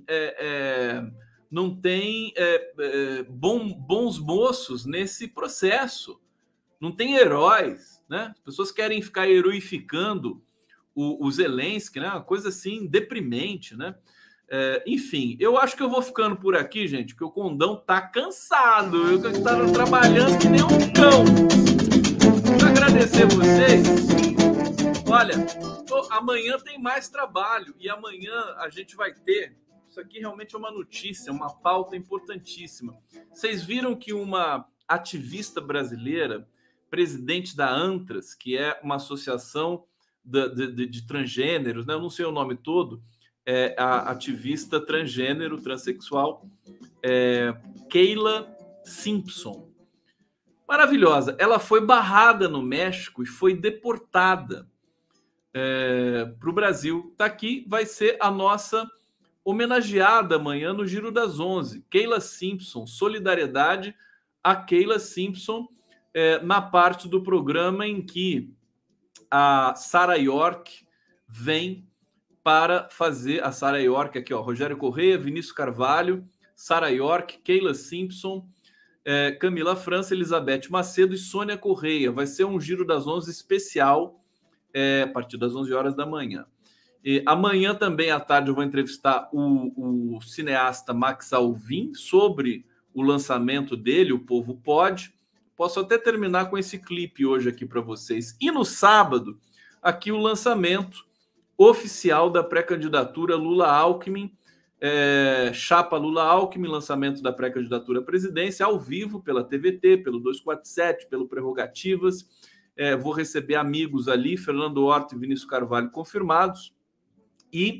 bons moços nesse processo. Não tem heróis, né? As pessoas querem ficar heroificando o Zelensky, né? Uma coisa assim deprimente, né? Enfim, eu acho que eu vou ficando por aqui, gente, porque o condão tá cansado. Eu estava trabalhando que nem um cão. Vou agradecer vocês. Olha, amanhã tem mais trabalho e amanhã a gente vai ter... Isso aqui realmente é uma notícia, uma pauta importantíssima. Vocês viram que uma ativista brasileira, presidente da Antras, que é uma associação de transgêneros, né? Eu não sei o nome todo, a ativista transgênero, transexual, Keila Simpson. Maravilhosa. Ela foi barrada no México e foi deportada para o Brasil. Está aqui, vai ser a nossa homenageada amanhã no Giro das 11. Keila Simpson, solidariedade a Keila Simpson, na parte do programa em que a Sarah York vem para fazer... A Sarah York aqui, ó, Rogério Corrêa, Vinícius Carvalho, Sarah York, Keila Simpson, Camila França, Elizabeth Macedo e Sônia Correia. Vai ser um Giro das 11 especial, a partir das 11 horas da manhã. Amanhã também à tarde eu vou entrevistar o cineasta Max Alvim sobre o lançamento dele, O Povo Pode. Posso até terminar com esse clipe hoje aqui para vocês. E no sábado, aqui o lançamento oficial da pré-candidatura Lula-Alckmin, chapa Lula-Alckmin, lançamento da pré-candidatura à presidência, ao vivo pela TVT, pelo 247, pelo Prerrogativas. Vou receber amigos ali, Fernando Horta e Vinícius Carvalho confirmados. E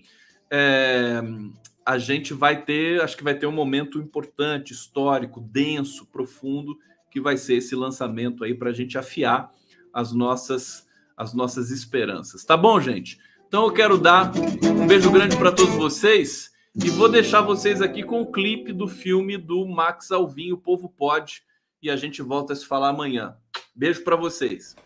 a gente vai ter, acho que vai ter um momento importante, histórico, denso, profundo, que vai ser esse lançamento aí para a gente afiar as nossas esperanças. Tá bom, gente? Então eu quero dar um beijo grande para todos vocês e vou deixar vocês aqui com o clipe do filme do Max Alvim, O Povo Pode, e a gente volta a se falar amanhã. Beijo para vocês.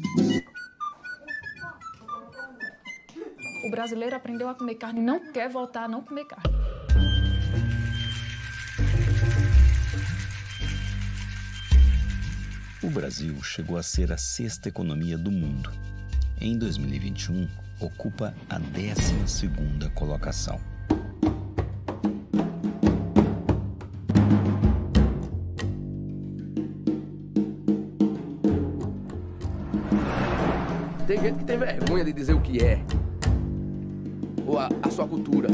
O brasileiro aprendeu a comer carne e não quer voltar a não comer carne. O Brasil chegou a ser a 6ª economia do mundo. Em 2021, ocupa a 12ª colocação. Tem gente que tem vergonha de dizer o que é, ou a sua cultura.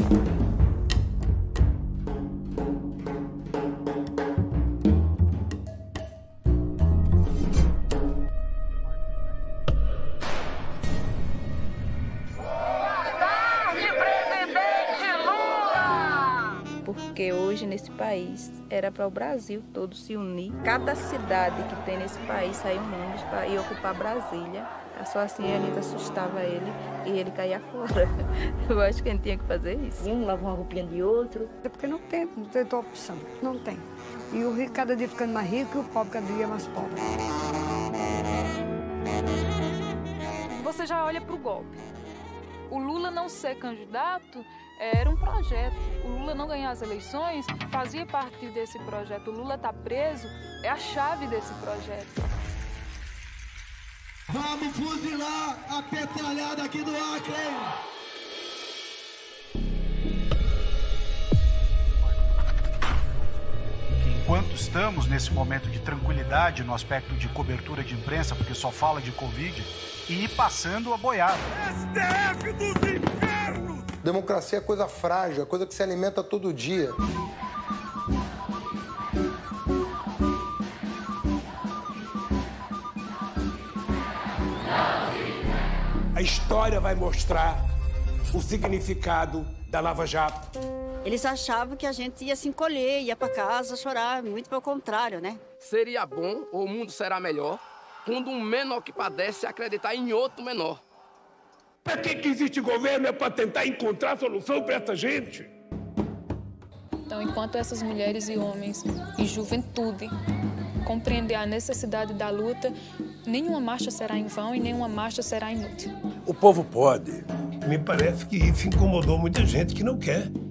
Porque hoje nesse país era para o Brasil todo se unir. Cada cidade que tem nesse país sair um ônibus para ir ocupar Brasília. Só assim a Anitta assustava ele e ele caía fora. Eu acho que a gente tinha que fazer isso. Um lava uma roupinha de outro. É porque não tem outra opção. Não tem. E o rico cada dia ficando mais rico e o pobre cada dia mais pobre. Você já olha para o golpe. O Lula não ser candidato era um projeto. O Lula não ganhar as eleições fazia parte desse projeto. O Lula tá preso é a chave desse projeto. Vamos fuzilar a petralhada aqui do Acre! enquanto estamos nesse momento de tranquilidade no aspecto de cobertura de imprensa, porque só fala de Covid, e ir passando a boiada. STF dos infernos! Democracia é coisa frágil, é coisa que se alimenta todo dia. A história vai mostrar o significado da Lava Jato. Eles achavam que a gente ia se encolher, ia para casa chorar, muito pelo contrário, né? Seria bom, ou o mundo será melhor, quando um menor que padece acreditar em outro menor. Para que existe governo? É para tentar encontrar solução para essa gente. Então, enquanto essas mulheres e homens e juventude compreender a necessidade da luta, nenhuma marcha será em vão e nenhuma marcha será inútil. O povo pode. Me parece que isso incomodou muita gente que não quer.